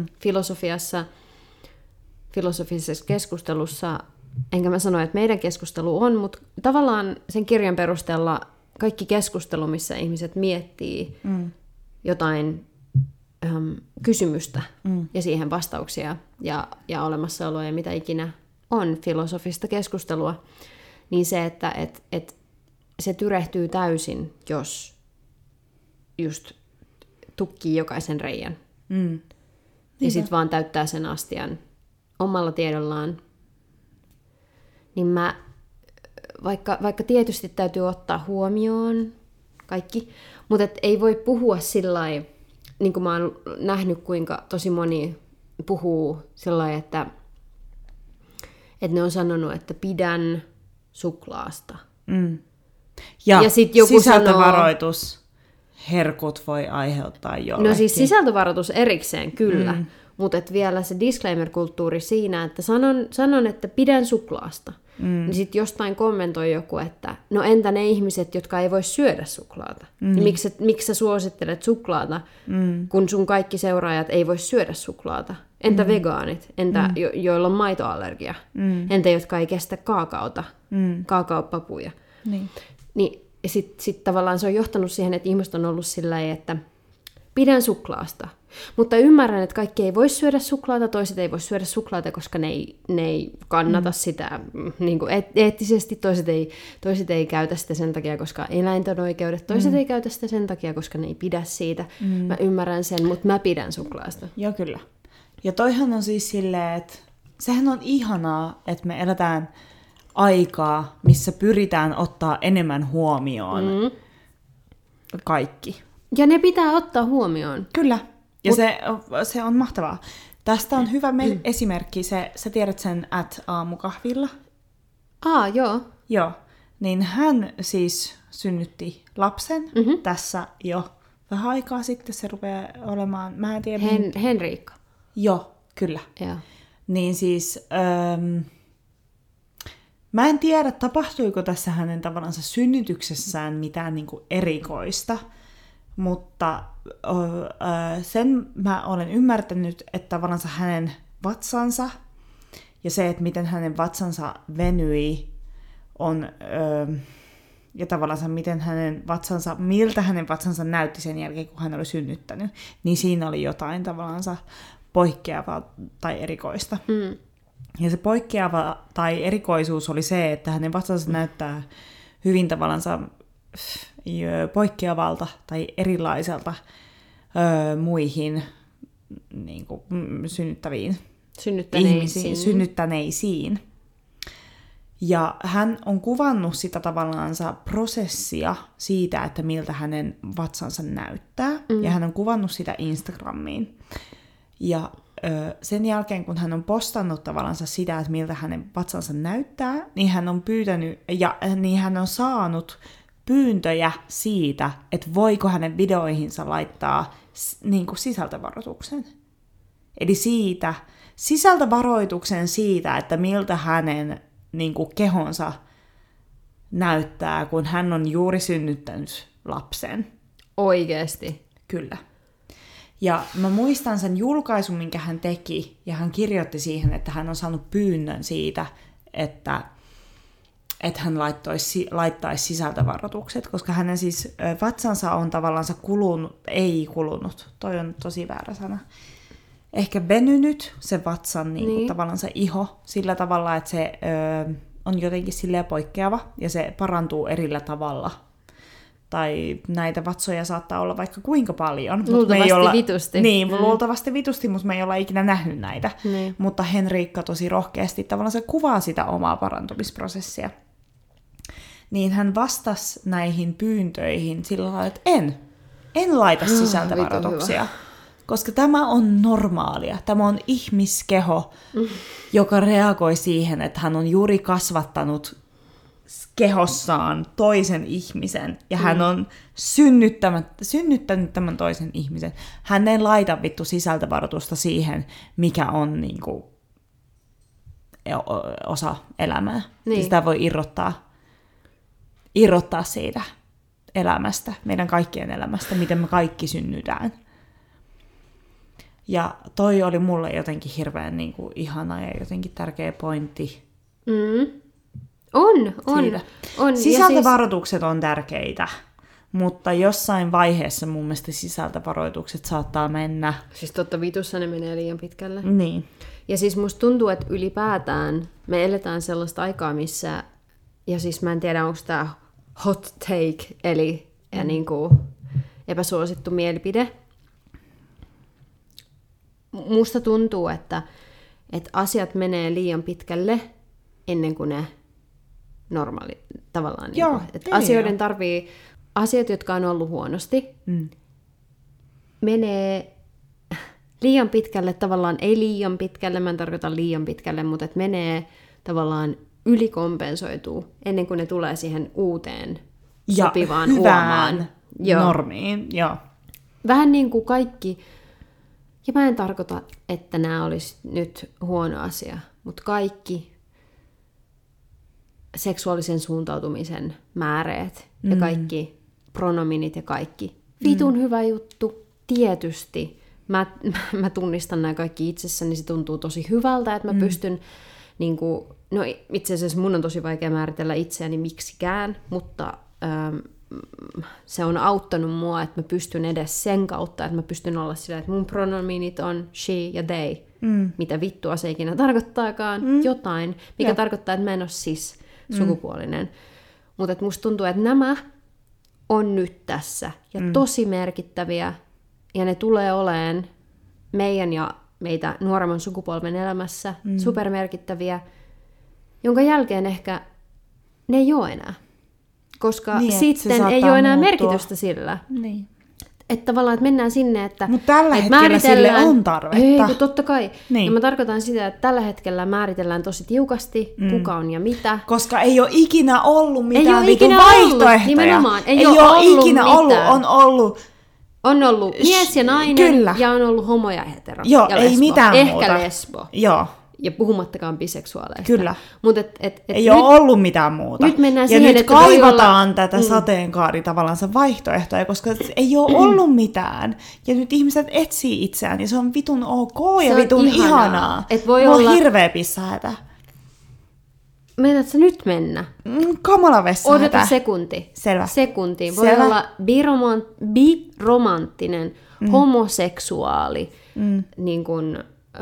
Filosofisessa keskustelussa, enkä mä sano, että meidän keskustelu on, mutta tavallaan sen kirjan perusteella kaikki keskustelu, missä ihmiset miettii jotain kysymystä ja siihen vastauksia ja olemassaoloa ja mitä ikinä on filosofista keskustelua, niin se, että se tyrehtyy täysin, jos just tukkii jokaisen reijän. Ja sitten vaan täyttää sen astian omalla tiedollaan. Niin mä vaikka tietysti täytyy ottaa huomioon kaikki, mutta ei voi puhua sillai, niin kuin mä oon nähnyt, kuinka tosi moni puhuu sillai, että ne on sanonut, että pidän suklaasta. Ja sit joku sisältövaroitus. Herkut voi aiheuttaa jollekin. No siis sisältövaroitus erikseen, kyllä. Mutta vielä se disclaimer-kulttuuri siinä, että sanon, että pidän suklaasta. Niin sitten jostain kommentoi joku, että no entä ne ihmiset, jotka ei voi syödä suklaata? Niin miksi sä suosittelet suklaata, kun sun kaikki seuraajat ei voi syödä suklaata? Entä vegaanit? Entä joilla on maitoallergia? Entä jotka ei kestä kaakaota, kaakaopapuja? Niin sit tavallaan se on johtanut siihen, että ihmiset on ollut sillä tavalla, että pidän suklaasta. Mutta ymmärrän, että kaikki ei voi syödä suklaata, toiset ei voi syödä suklaata, koska ne ei kannata sitä niin kuin eettisesti, toiset ei käytä sitä sen takia, koska eläinten oikeudet, toiset ei käytä sitä sen takia, koska ne ei pidä siitä. Mä ymmärrän sen, mutta mä pidän suklaasta. Joo, kyllä. Ja toihan on siis silleen, että sehän on ihanaa, että me eletään aikaa, missä pyritään ottaa enemmän huomioon kaikki. Ja ne pitää ottaa huomioon. Kyllä. Ja se on mahtavaa. Tästä on hyvä esimerkki. Sä tiedät sen @aamukahvilla. Joo. Joo. Niin hän siis synnytti lapsen tässä jo vähän aikaa sitten. Se rupeaa olemaan, mä en tiedä. Henriikka. Joo, kyllä. Joo. Niin siis, mä en tiedä, tapahtuiko tässä hänen tavallaan synnytyksessään mitään niin kuin erikoista, mutta sen mä olen ymmärtänyt, että tavallaan hänen vatsansa ja se, että miten hänen vatsansa venyi, on, ja tavallaan miltä hänen vatsansa näytti sen jälkeen, kun hän oli synnyttänyt, niin siinä oli jotain tavallaan poikkeavaa tai erikoista. Ja se poikkeava tai erikoisuus oli se, että hänen vatsansa näyttää hyvin tavallaan poikkeavalta tai erilaiselta muihin niin kuin, synnyttäneisiin. Ja hän on kuvannut sitä tavallaan prosessia siitä, että miltä hänen vatsansa näyttää. Ja hän on kuvannut sitä Instagramiin. Ja sen jälkeen, kun hän on postannut tavallaan sitä, että miltä hänen vatsansa näyttää, niin hän on pyytänyt, ja niin hän on saanut pyyntöjä siitä, että voiko hänen videoihinsa laittaa niin kuin sisältövaroituksen. Eli sisältövaroituksen siitä, että miltä hänen niin kuin kehonsa näyttää, kun hän on juuri synnyttänyt lapsen. Oikeesti? Kyllä. Ja mä muistan sen julkaisun, minkä hän teki, ja hän kirjoitti siihen, että hän on saanut pyynnön siitä, että hän laittaisi sisältövaroitukset, koska hänen siis vatsansa on tavallaan kulunut, toi on tosi väärä sana, ehkä venynyt se vatsan niin. Tavallaan se iho sillä tavalla, että se on jotenkin silleen poikkeava, ja se parantuu erillä tavalla. Tai näitä vatsoja saattaa olla vaikka kuinka paljon. Vitusti. Niin, luultavasti vitusti, mutta me ei olla ikinä nähnyt näitä. Niin. Mutta Henriikka tosi rohkeasti tavallaan se kuvaa sitä omaa parantumisprosessia. Niin hän vastasi näihin pyyntöihin sillä lailla, että en laita sisältövaroituksia. Koska tämä on normaalia. Tämä on ihmiskeho, joka reagoi siihen, että hän on juuri kasvattanut kehossaan toisen ihmisen, ja hän on synnyttänyt tämän toisen ihmisen. Hän ei laita vittu sisältövaroitusta siihen, mikä on niinku osa elämää. Niin. Sitä voi irrottaa siitä elämästä, meidän kaikkien elämästä, miten me kaikki synnytään. Ja toi oli mulle jotenkin hirveän niinku ihana ja jotenkin tärkeä pointti. On. Sisältövaroitukset on tärkeitä, mutta jossain vaiheessa mun mielestä sisältövaroitukset saattaa mennä. Siis totta vitussa ne menee liian pitkälle. Niin. Ja siis musta tuntuu, että ylipäätään me eletään sellaista aikaa, missä, ja siis mä en tiedä, onko tämä hot take, eli niinku epäsuosittu mielipide. Musta tuntuu, että asiat menee liian pitkälle ennen kuin ne normaali tavallaan. Joo, Niin että asioiden tarvii, asiat, jotka on ollut huonosti, menee liian pitkälle, tavallaan ei liian pitkälle, mä en tarkoita liian pitkälle, mutta että menee tavallaan ylikompensoituu ennen kuin ne tulee siihen uuteen sopivaan uomaan. Normiin, joo. Vähän niin kuin kaikki, ja mä en tarkoita, että nämä olisi nyt huono asia, mutta kaikki seksuaalisen suuntautumisen määreet ja kaikki pronominit ja kaikki. Vitun hyvä juttu, tietysti. Mä tunnistan nämä kaikki itsessäni, se tuntuu tosi hyvältä, että mä pystyn, niin kuin, no itse asiassa mun on tosi vaikea määritellä itseäni miksikään, mutta se on auttanut mua, että mä pystyn edes sen kautta, että mä pystyn olla sillä, että mun pronominit on she ja they. Mitä vittua se ikinä tarkoittaakaan, jotain, mikä tarkoittaa, että mä en ole cis-sukupuolinen. Mutta musta tuntuu, että nämä on nyt tässä ja tosi merkittäviä, ja ne tulee oleen meidän ja meitä nuoremman sukupolven elämässä supermerkittäviä, jonka jälkeen ehkä ne ei ole enää. Koska niin, sitten ei ole enää merkitystä sillä. Niin. Että tavallaan, että mennään sinne, että mutta tällä hetkellä sille on tarvetta. Ei, kun totta kai. Niin. Ja mä tarkoitan sitä, että tällä hetkellä määritellään tosi tiukasti, kuka on ja mitä. Koska ei ole ikinä ollut mitään vaihtoehtoja. Nimenomaan. Ei ole ikinä ollut. On ollut mies ja nainen, kyllä. Ja on ollut homo ja hetero. Joo, ja ei lesbo. mitään ehkä muuta. lesbo. Joo. Ja puhumattakaan biseksuaaleista. Kyllä. Mut ei ole ollut mitään muuta. Nyt mennään ja siihen, nyt että kaivataan tätä sateenkaari tavallaan vaihtoehtoja, koska ei ole ollut mitään. Ja nyt ihmiset etsii itseään, ja se on vitun ok ja vitun ihanaa. Mulla on hirveä pissahätä. Meinaat sä nyt mennä? Kamala vessahätä. Odota sekunti. Selvä. Sekunti. Voi olla biromanttinen, homoseksuaali, niin kuin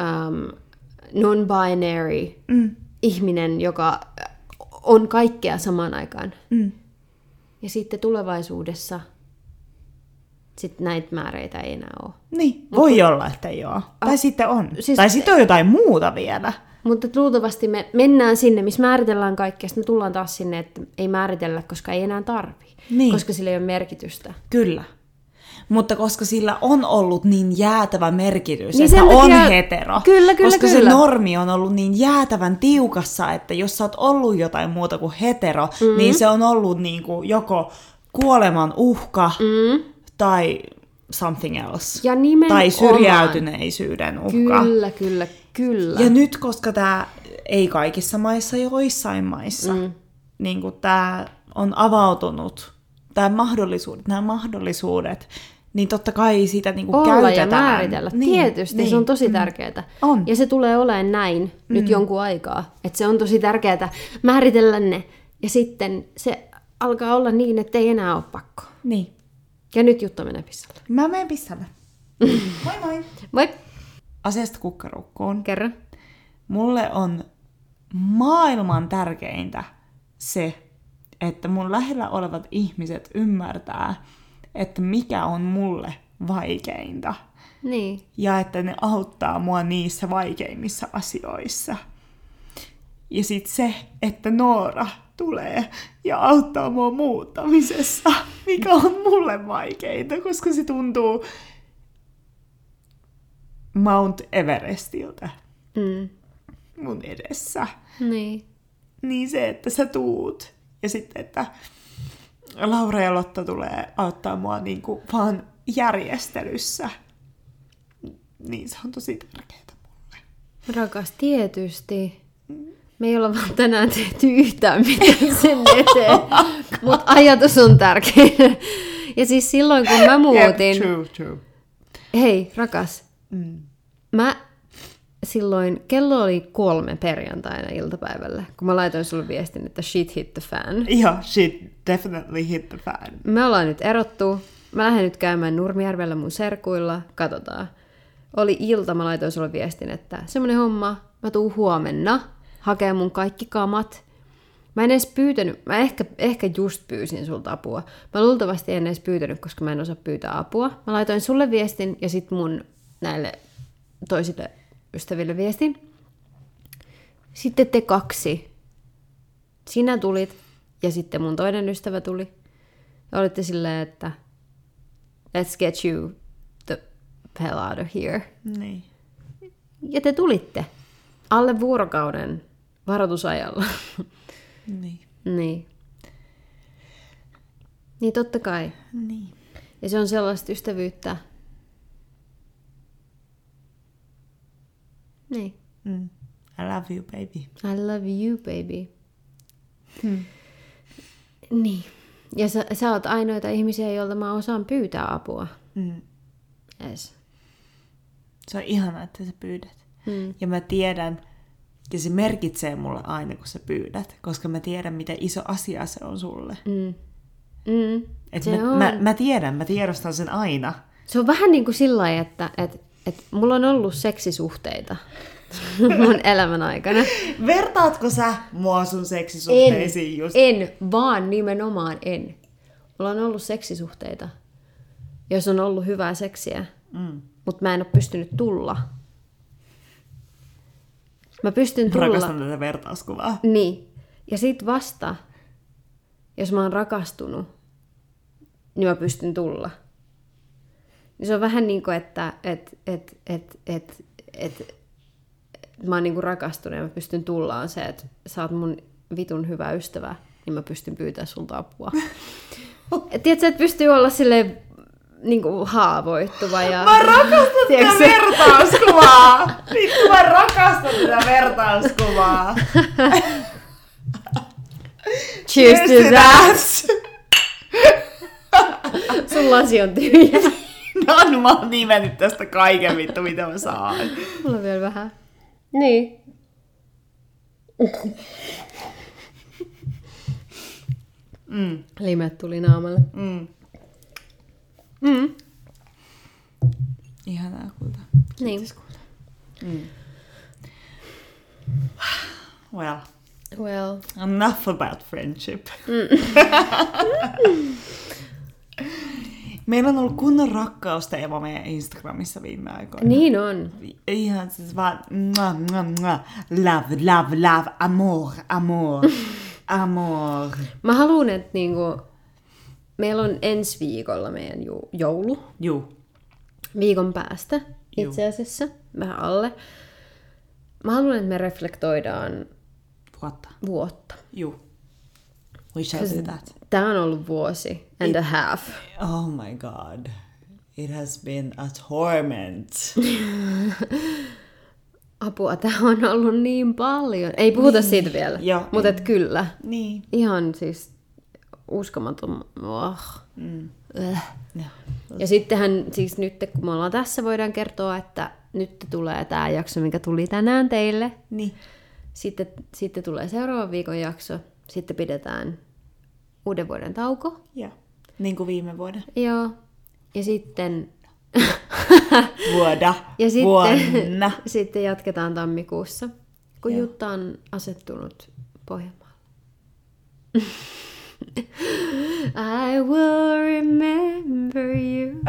non-binary ihminen, joka on kaikkea samaan aikaan. Ja sitten tulevaisuudessa näitä määreitä ei enää ole. Niin, voi olla, että ei ole. Tai sitten on. Siis, tai sitten on jotain muuta vielä. Mutta luultavasti me mennään sinne, missä määritellään kaikkea, sitten me tullaan taas sinne, että ei määritellä, koska ei enää tarvitse. Niin. Koska sillä ei ole merkitystä. Kyllä. Mutta koska sillä on ollut niin jäätävä merkitys, niin että on hetero. Kyllä, koska se normi on ollut niin jäätävän tiukassa, että jos sä oot ollut jotain muuta kuin hetero, niin se on ollut niin kuin joko kuoleman uhka tai something else. Ja tai syrjäytyneisyyden uhka. Kyllä. Ja nyt, koska tämä ei kaikissa maissa, joissain maissa, niin kuin tämä on avautunut, nämä mahdollisuudet, niin totta kai sitä niin kuin olla käytetään. Ja määritellä. Niin, tietysti, se on tosi tärkeää. On. Ja se tulee olemaan näin nyt jonkun aikaa. Että se on tosi tärkeää määritellä ne. Ja sitten se alkaa olla niin, että ei enää ole pakko. Niin. Ja nyt Jutta menee pissalle. Mä menen pissalle. Moi moi! Moi! Asiasta kukkarukkuun. Kerro. Mulle on maailman tärkeintä se, että mun lähellä olevat ihmiset ymmärtää, että mikä on mulle vaikeinta. Niin. Ja että ne auttaa mua niissä vaikeimmissa asioissa. Ja sit se, että Noora tulee ja auttaa mua muuttamisessa, mikä on mulle vaikeinta, koska se tuntuu Mount Everestiltä mun edessä. Niin se, että sä tuut. Ja sitten, että Laura ja Lotta tulee auttaa mua niinku vaan järjestelyssä. Niin se on tosi tärkeää mulle. Rakas, tietysti. Me ei olla vaan tänään tehty yhtään mitään sen eteen. Mutta ajatus on tärkeä. Ja siis silloin, kun mä muutin... True. Hei, rakas. Mä silloin, kello oli 3 perjantaina iltapäivällä, kun mä laitoin sulle viestin, että shit hit the fan. Joo, shit definitely hit the fan. Me ollaan nyt erottu. Mä lähden nyt käymään Nurmijärvellä mun serkuilla. Katsotaan. Oli ilta, mä laitoin sulle viestin, että semmonen homma, mä tuun huomenna hakemaan mun kaikki kamat. Mä en edes pyytänyt, mä ehkä just pyysin sulta apua. Mä luultavasti en edes pyytänyt, koska mä en osaa pyytää apua. Mä laitoin sulle viestin ja sit mun näille toisille ystäville viestin. Sitten te 2 sinä tulit ja sitten mun toinen ystävä tuli. Ja olitte silleen, että let's get you the hell out of here. Niin. Ja te tulitte alle vuorokauden varoitusajalla. Niin. Niin. Niin totta kai. Niin. Ja se on sellaista ystävyyttä. Niin. I love you, baby. I love you, baby. Niin. Ja sä oot ainoita ihmisiä, joilta mä osaan pyytää apua. Yes. Se on ihanaa, että sä pyydät. Ja mä tiedän, ja se merkitsee mulle aina, kun sä pyydät, koska mä tiedän, miten iso asia se on sulle. Mä tiedostan sen aina. Se on vähän niin kuin sillä lailla, että mulla on ollut seksisuhteita mun elämän aikana. Vertaatko sä mua sun seksisuhteisiin just? En, vaan nimenomaan en. Mulla on ollut seksisuhteita, jos on ollut hyvää seksiä, mutta mä en ole pystynyt tulla. Mä pystyn tulla. Rakastan tätä vertauskuvaa. Niin. Ja sit vasta, jos mä oon rakastunut, niin mä pystyn tulla. Niin se on vähän niin kuin, että mä oon niin kuin rakastunut ja mä pystyn tulla on se, että sä oot mun vitun hyvä ystävä, niin mä pystyn pyytämään sulta apua. Tiedätkö, että pystyy olla silleen niin kuin haavoittuva. Ja, mä rakastan tätä vertauskuvaa! Vittu, mä rakastan tätä vertauskuvaa! Cheers to that! Sun lasi on tyhjä. No, mä oon nimennyt tästä kaiken vittu, mitä mä saan. Mulla on vielä vähän. Niin. Limet tuli naamalle. Ihanaa kulta. Niin. Well. Enough about friendship. Meillä on ollut kunnon rakkausteema meidän Instagramissa viime aikoina. Niin on. Ihan siis vaan love, amor. Mä haluun, että niinku, meillä on ensi viikolla meidän joulu. Juu. Viikon päästä itse asiassa, vähän alle. Mä haluan, että me reflektoidaan vuotta. Juu. We shall do that. Tää on ollut vuosi and a half. Oh my god. It has been a torment. Apua, tää on ollut niin paljon. Ei puhuta siitä vielä, mutta kyllä. Niin. Ihan siis uskomaton. Ja sittenhän siis nyt, kun me ollaan tässä, voidaan kertoa, että nyt tulee tää jakso, mikä tuli tänään teille. Niin. Sitten tulee seuraavan viikon jakso. Sitten pidetään uuden vuoden tauko. Joo. Niin kuin viime vuoden. Joo. Ja sitten... Vuonna. Sitten jatketaan tammikuussa, kun Jutta on asettunut Pohjanmaalle. I will remember you.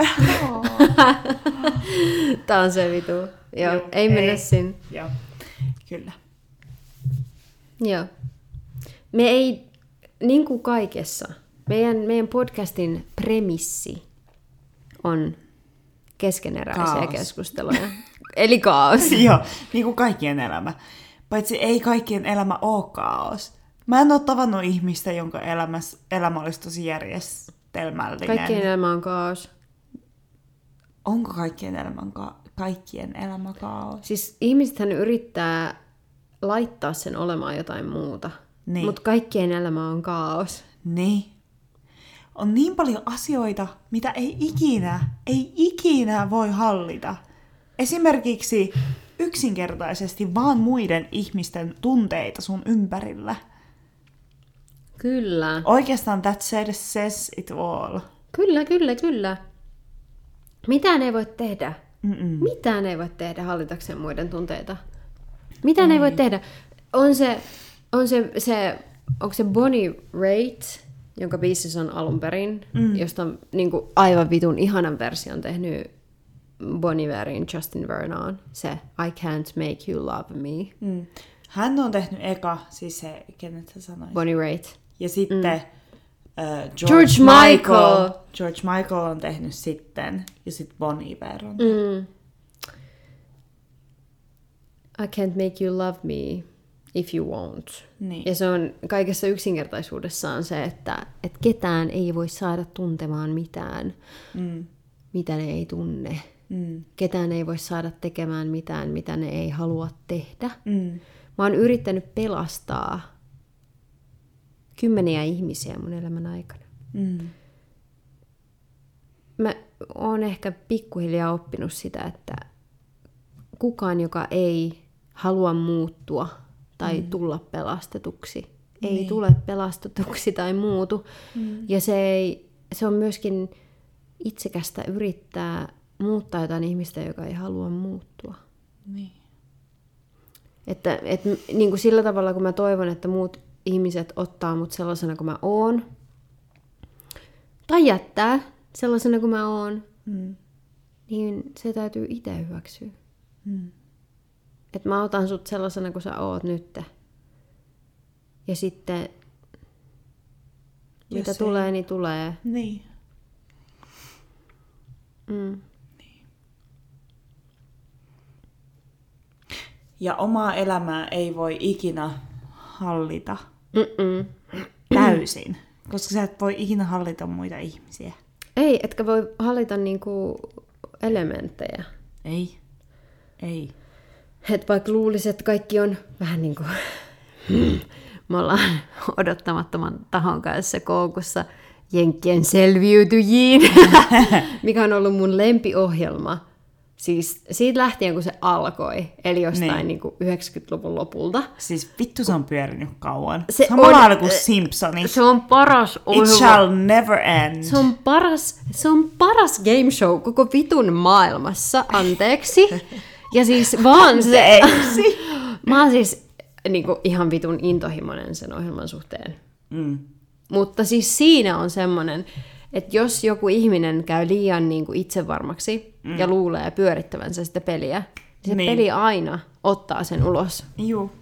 Tää on se vitu. Joo, ei mennä sinne. Joo, kyllä. Joo. Me ei, niin kuin kaikessa, meidän podcastin premissi on keskeneräisiä keskusteluja. Eli kaos. Joo, niin kuin kaikkien elämä. Paitsi ei kaikkien elämä ole kaos. Mä en ole tavannut ihmistä, jonka elämä olisi tosi järjestelmällinen. Kaikkien elämä on kaos. Onko kaikkien elämä kaos? Siis ihmisethän yrittää laittaa sen olemaan jotain muuta. Niin. Mutta kaikkien elämä on kaos. Niin. On niin paljon asioita, mitä ei ikinä voi hallita. Esimerkiksi yksinkertaisesti vaan muiden ihmisten tunteita sun ympärillä. Kyllä. Oikeastaan that says it all. Kyllä. Mitään ei voi tehdä. Mitään ei voi tehdä hallitakseen muiden tunteita. Mitään ei voi tehdä. Onko se Bonnie Raitt, jonka biisissä on alun perin, josta on niin kuin aivan vitun ihanan version tehnyt Bon Iverin Justin Vernon, se I Can't Make You Love Me. Hän on tehnyt eka, siis se, kenet sä sanoit? Bonnie Raitt. Ja sitten George Michael. George Michael on tehnyt sitten, ja sitten Bon Iver on tehnyt. I can't make you love me if you won't. Niin. Ja se on kaikessa yksinkertaisuudessaan se, että ketään ei voi saada tuntemaan mitään, mitä ne ei tunne. Ketään ei voi saada tekemään mitään, mitä ne ei halua tehdä. Mä oon yrittänyt pelastaa 10 ihmisiä mun elämän aikana. Mä oon ehkä pikkuhiljaa oppinut sitä, että kukaan, joka ei halua muuttua tai tulla pelastetuksi, ei tule pelastetuksi tai muutu. Ja se on myöskin itsekästä yrittää muuttaa jotain ihmistä, joka ei halua muuttua. Niin. Että niin kuin sillä tavalla, kun mä toivon, että muut ihmiset ottaa mut sellaisena kuin mä oon, tai jättää sellaisena kuin mä oon, niin se täytyy itse hyväksyä. Että mä otan sut sellaisena kuin sä oot nyt. Ja sitten mitä tulee, niin tulee. Niin. Niin. Ja omaa elämää ei voi ikinä hallita täysin, koska sä et voi ikinä hallita muita ihmisiä. Ei, etkä voi hallita niinku elementtejä. Ei. Et vaikka luulisi, että kaikki on vähän niin kuin me ollaan odottamattoman tahon kanssa koukussa Jenkkien selviytyjiin, mikä on ollut mun lempiohjelma. Siis siitä lähtien, kun se alkoi, eli jostain niin kuin 90-luvun lopulta. Siis vittu se on pyörinyt kauan. Samalla kuin Simpsonit. Se on paras ohjelma. It shall never end. Se on paras game show koko vitun maailmassa, anteeksi. Ja siis vaan se... Mä oon siis niin kuin, ihan vitun intohimoinen sen ohjelman suhteen. Mutta siis siinä on semmoinen, että jos joku ihminen käy liian niin kuin itsevarmaksi ja luulee pyörittävänsä sitä peliä, niin se peli aina ottaa sen ulos. Juu.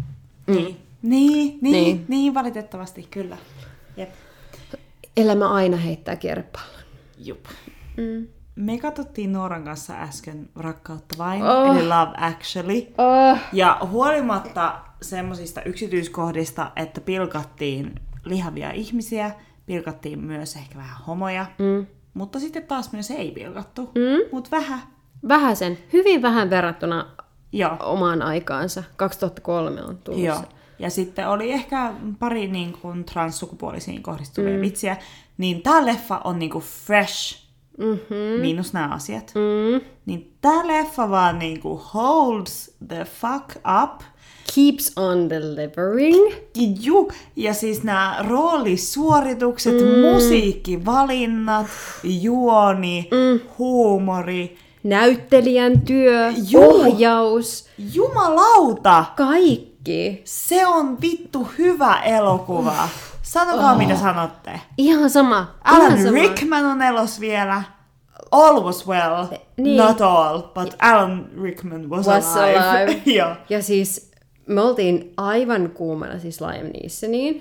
Niin, valitettavasti, kyllä. Jep. Elämä aina heittää kierrepallon. Jup. Me katsottiin Nooran kanssa äsken Rakkautta vain, eli Love Actually. Ja huolimatta semmosista yksityiskohdista, että pilkattiin lihavia ihmisiä, pilkattiin myös ehkä vähän homoja, mutta sitten taas myös ei pilkattu, mutta vähän. Vähäsen, hyvin vähän verrattuna omaan aikaansa. 2003 on tullut se. Ja sitten oli ehkä pari niin kuin transsukupuolisiin kohdistuvia vitsiä, niin tää leffa on niin kuin fresh, miinus nämä asiat. Niin tää leffa vaan niin kuin holds the fuck up. Keeps on delivering. Ja siis nämä roolisuoritukset, musiikkivalinnat, juoni, huumori. Näyttelijän työ, ohjaus. Jumalauta! Kaikki. Se on vittu hyvä elokuva. Sanokaa mitä sanotte. Ihan sama. Alan Rickman on elos vielä. All was well. Not all, but Alan Rickman was alive. Ja siis me oltiin aivan kuumana siis Liam Neesoniin.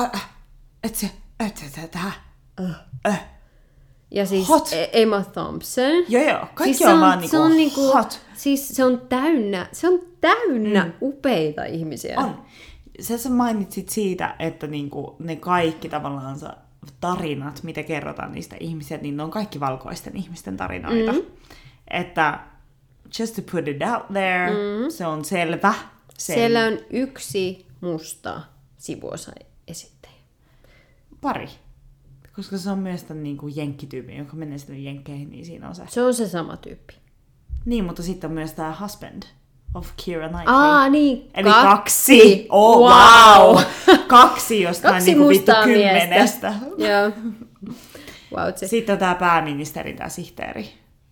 Ja siis Emma Thompson. Joo. Kaikki siis on vaan niinku hot. Siis se on täynnä upeita ihmisiä. On. Sä mainitsit siitä, että niinku ne kaikki tavallaan tarinat, mitä kerrotaan niistä ihmisistä, niin ne on kaikki valkoisten ihmisten tarinoita. Että just to put it out there, se on selvä. Siellä on yksi musta sivuosa-esittäjä. Pari. Koska se on myös tämän niin kuin jenkkityyppi, joka menee sitten jenkkeihin, niin siinä on se. Se on se sama tyyppi. Niin, mutta sitten on myös tämä Husband of Keira Knightley. Niin. Eli kaksi. Oh, wow. Kaksi jostain niin kuin vittu 10. Joo. Wow, sitten on tämä pääministeri, tämä sihteeri.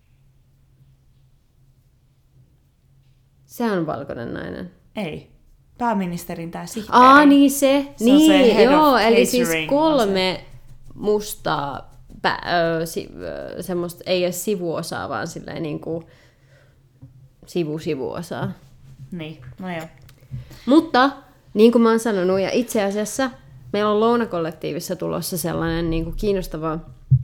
Se on valkoinen nainen. Ei. Pääministerin tämä sihteeri. Niin se. Se on se head of eli siis 3 mustaa, semmoista ei edes sivuosaa, vaan silleen niin kuin sivuosaa. Niin, no joo. Mutta, niin kuin mä oon sanonut, ja itse asiassa meillä on Lounakollektiivissa tulossa sellainen niin kuin kiinnostava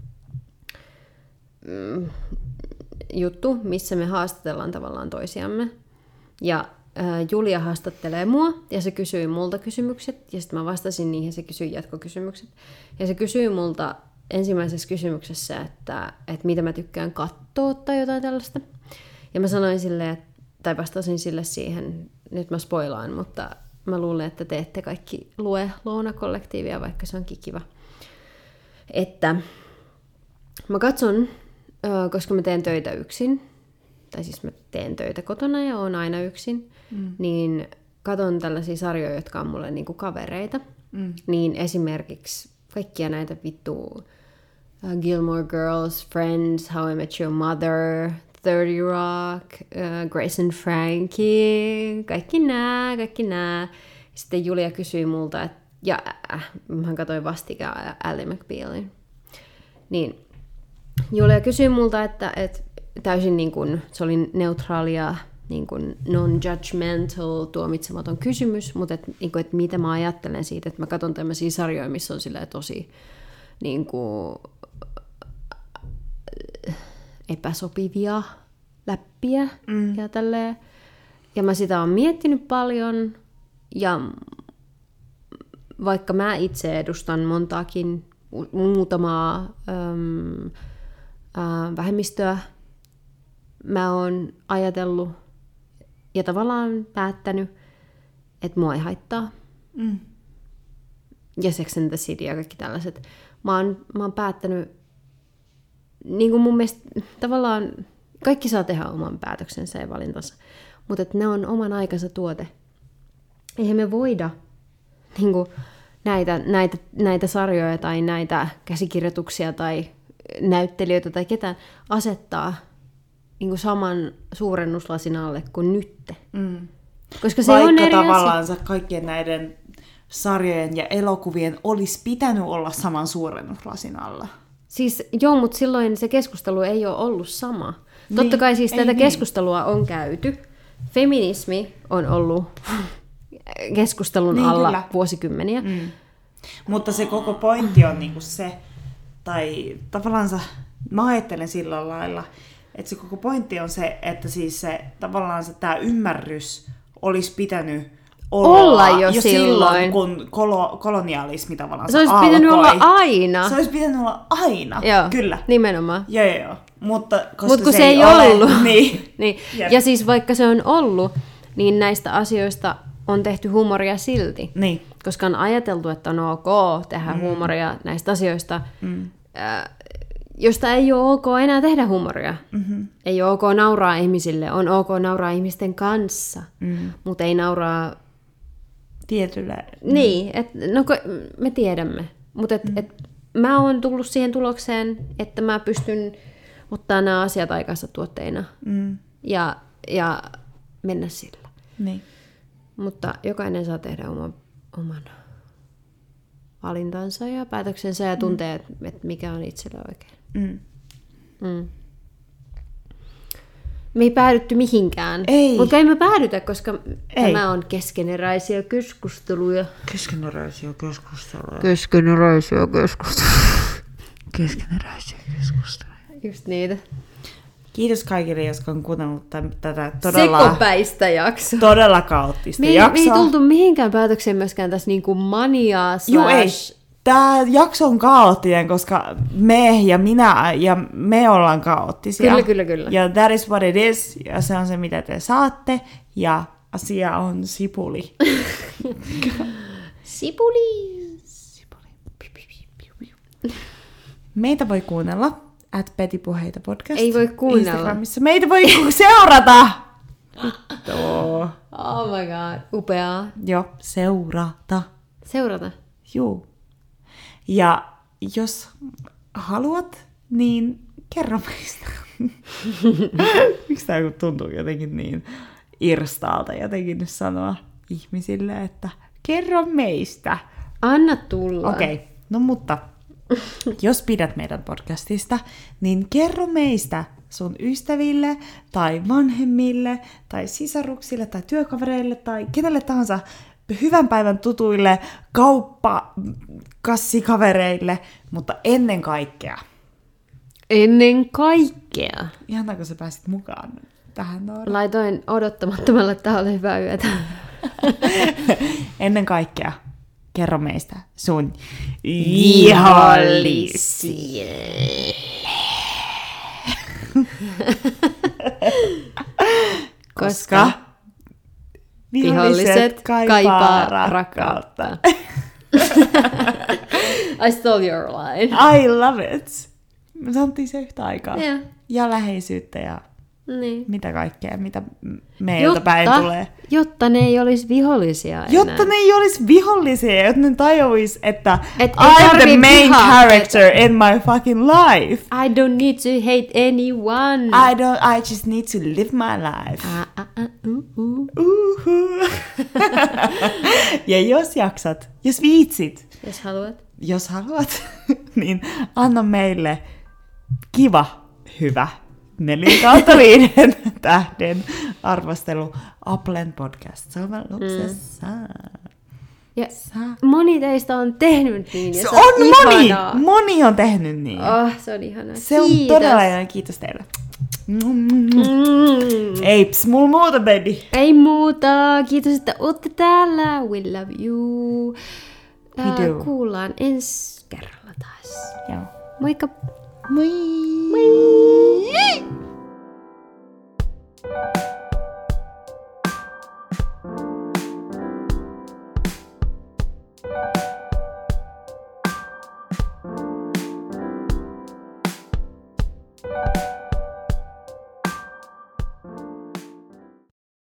juttu, missä me haastatellaan tavallaan toisiamme. Ja Julia haastattelee mua, ja se kysyi multa kysymykset, ja sitten mä vastasin niihin, ja se kysyi jatkokysymykset. Ja se kysyi multa ensimmäisessä kysymyksessä, että mitä mä tykkään katsoa tai jotain tällaista. Ja mä sanoin sille, tai vastasin sille siihen, nyt mä spoilaan, mutta mä luulen, että te ette kaikki lue Lounakollektiivia, vaikka se onkin kiva. Että mä katson, koska mä teen töitä yksin, tai siis mä teen töitä kotona ja oon aina yksin, niin katon tällaisia sarjoja, jotka on mulle niinku kavereita. Niin esimerkiksi kaikkia näitä vittu Gilmore Girls, Friends, How I Met Your Mother, 30 Rock, Grace and Frankie, kaikki nää. Sitten Julia kysyi multa, ja mä katsoin vastikään Ally McBealin. Niin Julia kysyi multa, että täysin niin kuin, se oli neutraalia, niin kuin non-judgmental, tuomitsematon kysymys, mutta niin kuin, että mitä mä ajattelen siitä, että mä katson tämmöisiä sarjoja, missä on tosi niin kuin, epäsopivia läppiä ja tälleen. Ja mä sitä oon miettinyt paljon, ja vaikka mä itse edustan muutamaa vähemmistöä, mä oon ajatellut ja tavallaan päättänyt, että mua ei haittaa. Ja Sex and the City ja kaikki tällaiset. Mä oon päättänyt, niin kuin mun mielestä tavallaan kaikki saa tehdä oman päätöksensä ja valintansa, mutta että ne on oman aikansa tuote. Eihän me voida niin kuin näitä sarjoja tai näitä käsikirjoituksia tai näyttelijöitä tai ketään asettaa niin kuin saman suurennuslasin alle kuin nytte. Koska se on eri tavallaan kaikkien näiden sarjojen ja elokuvien olisi pitänyt olla saman suurennuslasin alla. Siis joo, mutta silloin se keskustelu ei ole ollut sama. Niin, totta kai siis tätä keskustelua on käyty. Feminismi on ollut keskustelun alla kyllä. Vuosikymmeniä. Mutta se koko pointti on niinku se, tai tavallaan mä ajattelen sillä lailla, että se koko pointti on se, että siis se tavallaan tämä ymmärrys olisi pitänyt olla jo silloin, kun kolonialismi tavallaan se olisi alkoi. Pitänyt olla aina. Se olisi pitänyt olla aina, joo, kyllä. Nimenomaan. Joo. Mutta kun se ei ollut. Niin. Ja siis vaikka se on ollut, niin näistä asioista on tehty huumoria silti. Niin. Koska on ajateltu, että on ok tehdä huumoria näistä asioista, josta ei ole ok enää tehdä huumoria. Ei ole ok nauraa ihmisille, on ok nauraa ihmisten kanssa, mutta ei nauraa tietyllä. Niin, no me tiedämme, mutta mä oon tullut siihen tulokseen, että mä pystyn ottaa nämä asiat aikansa tuotteina ja mennä sillä. Niin. Mutta jokainen saa tehdä oman valintansa ja päätöksensä ja tuntee, että mikä on itselle oikein. Me ei päädytty mihinkään. Mutta ei me päädytä, koska tämä on keskeneräisiä keskusteluja. Keskeneräisiä keskusteluja. Just niitä. Kiitos kaikille, jotka on kuunnellut tätä todella sekopäistä jaksoa. Todella kaoottista jaksoa. Me ei tultu mihinkään päätökseen myöskään tässä niinku maniaa / Joo, ei. Tämä jakso on kaoottinen, koska me ollaan kaoottisia. Kyllä. Ja that is what it is. Ja se on se, mitä te saatte. Ja asia on sipuli. Sipuli. Meitä voi kuunnella @petipuheita podcast. Ei voi kuunnella. Instagramissa. Meitä voi seurata. Oh my god. Upeaa. Joo, seurata. Juu. Ja jos haluat, niin kerro meistä. Miksi tämä tuntuu jotenkin niin irstaalta jotenkin nyt sanoa ihmisille, että kerro meistä. Anna tulla. Okei, no mutta jos pidät meidän podcastista, niin kerro meistä sun ystäville, tai vanhemmille, tai sisaruksille, tai työkavereille, tai kenelle tahansa hyvän päivän tutuille, kauppakassikavereille, mutta ennen kaikkea. Ennen kaikkea. Ihanaa, kun sä pääsit mukaan tähän, Noora. Laitoin odottamattomalle taholle hyvää yötä. Ennen kaikkea, kerro meistä sun vihollisille. Koska viholliset kaipaa rakkautta. I stole your line. I love it. Me sanottiin se yhtä aikaa. Yeah. Ja läheisyyttä ja Niin. mitä kaikkea, mitä meiltä päin tulee. Jotta ne ei olisi vihollisia enää. Jotta ne ei olisi vihollisia, jotta ne tajuis, että ei I'm the main vihaa character in my fucking life. I don't need to hate anyone. I just need to live my life. Ja jos jaksat, jos viitsit, jos haluat, niin anna meille kiva, hyvä 4/5 tähden arvostelu Applen podcast-sovelluksessa. Ja moni teistä on tehnyt niin. Se on ihanaa. Moni on tehnyt niin. Se on ihanaa. Se on todella ihanaa. Kiitos teille. Eips, mulla muuta, baby. Ei muuta. Kiitos, että ootte täällä. We love you. We do. Kuullaan ensi kerralla taas. Joo. Moikka. Moi. Moi. Moi.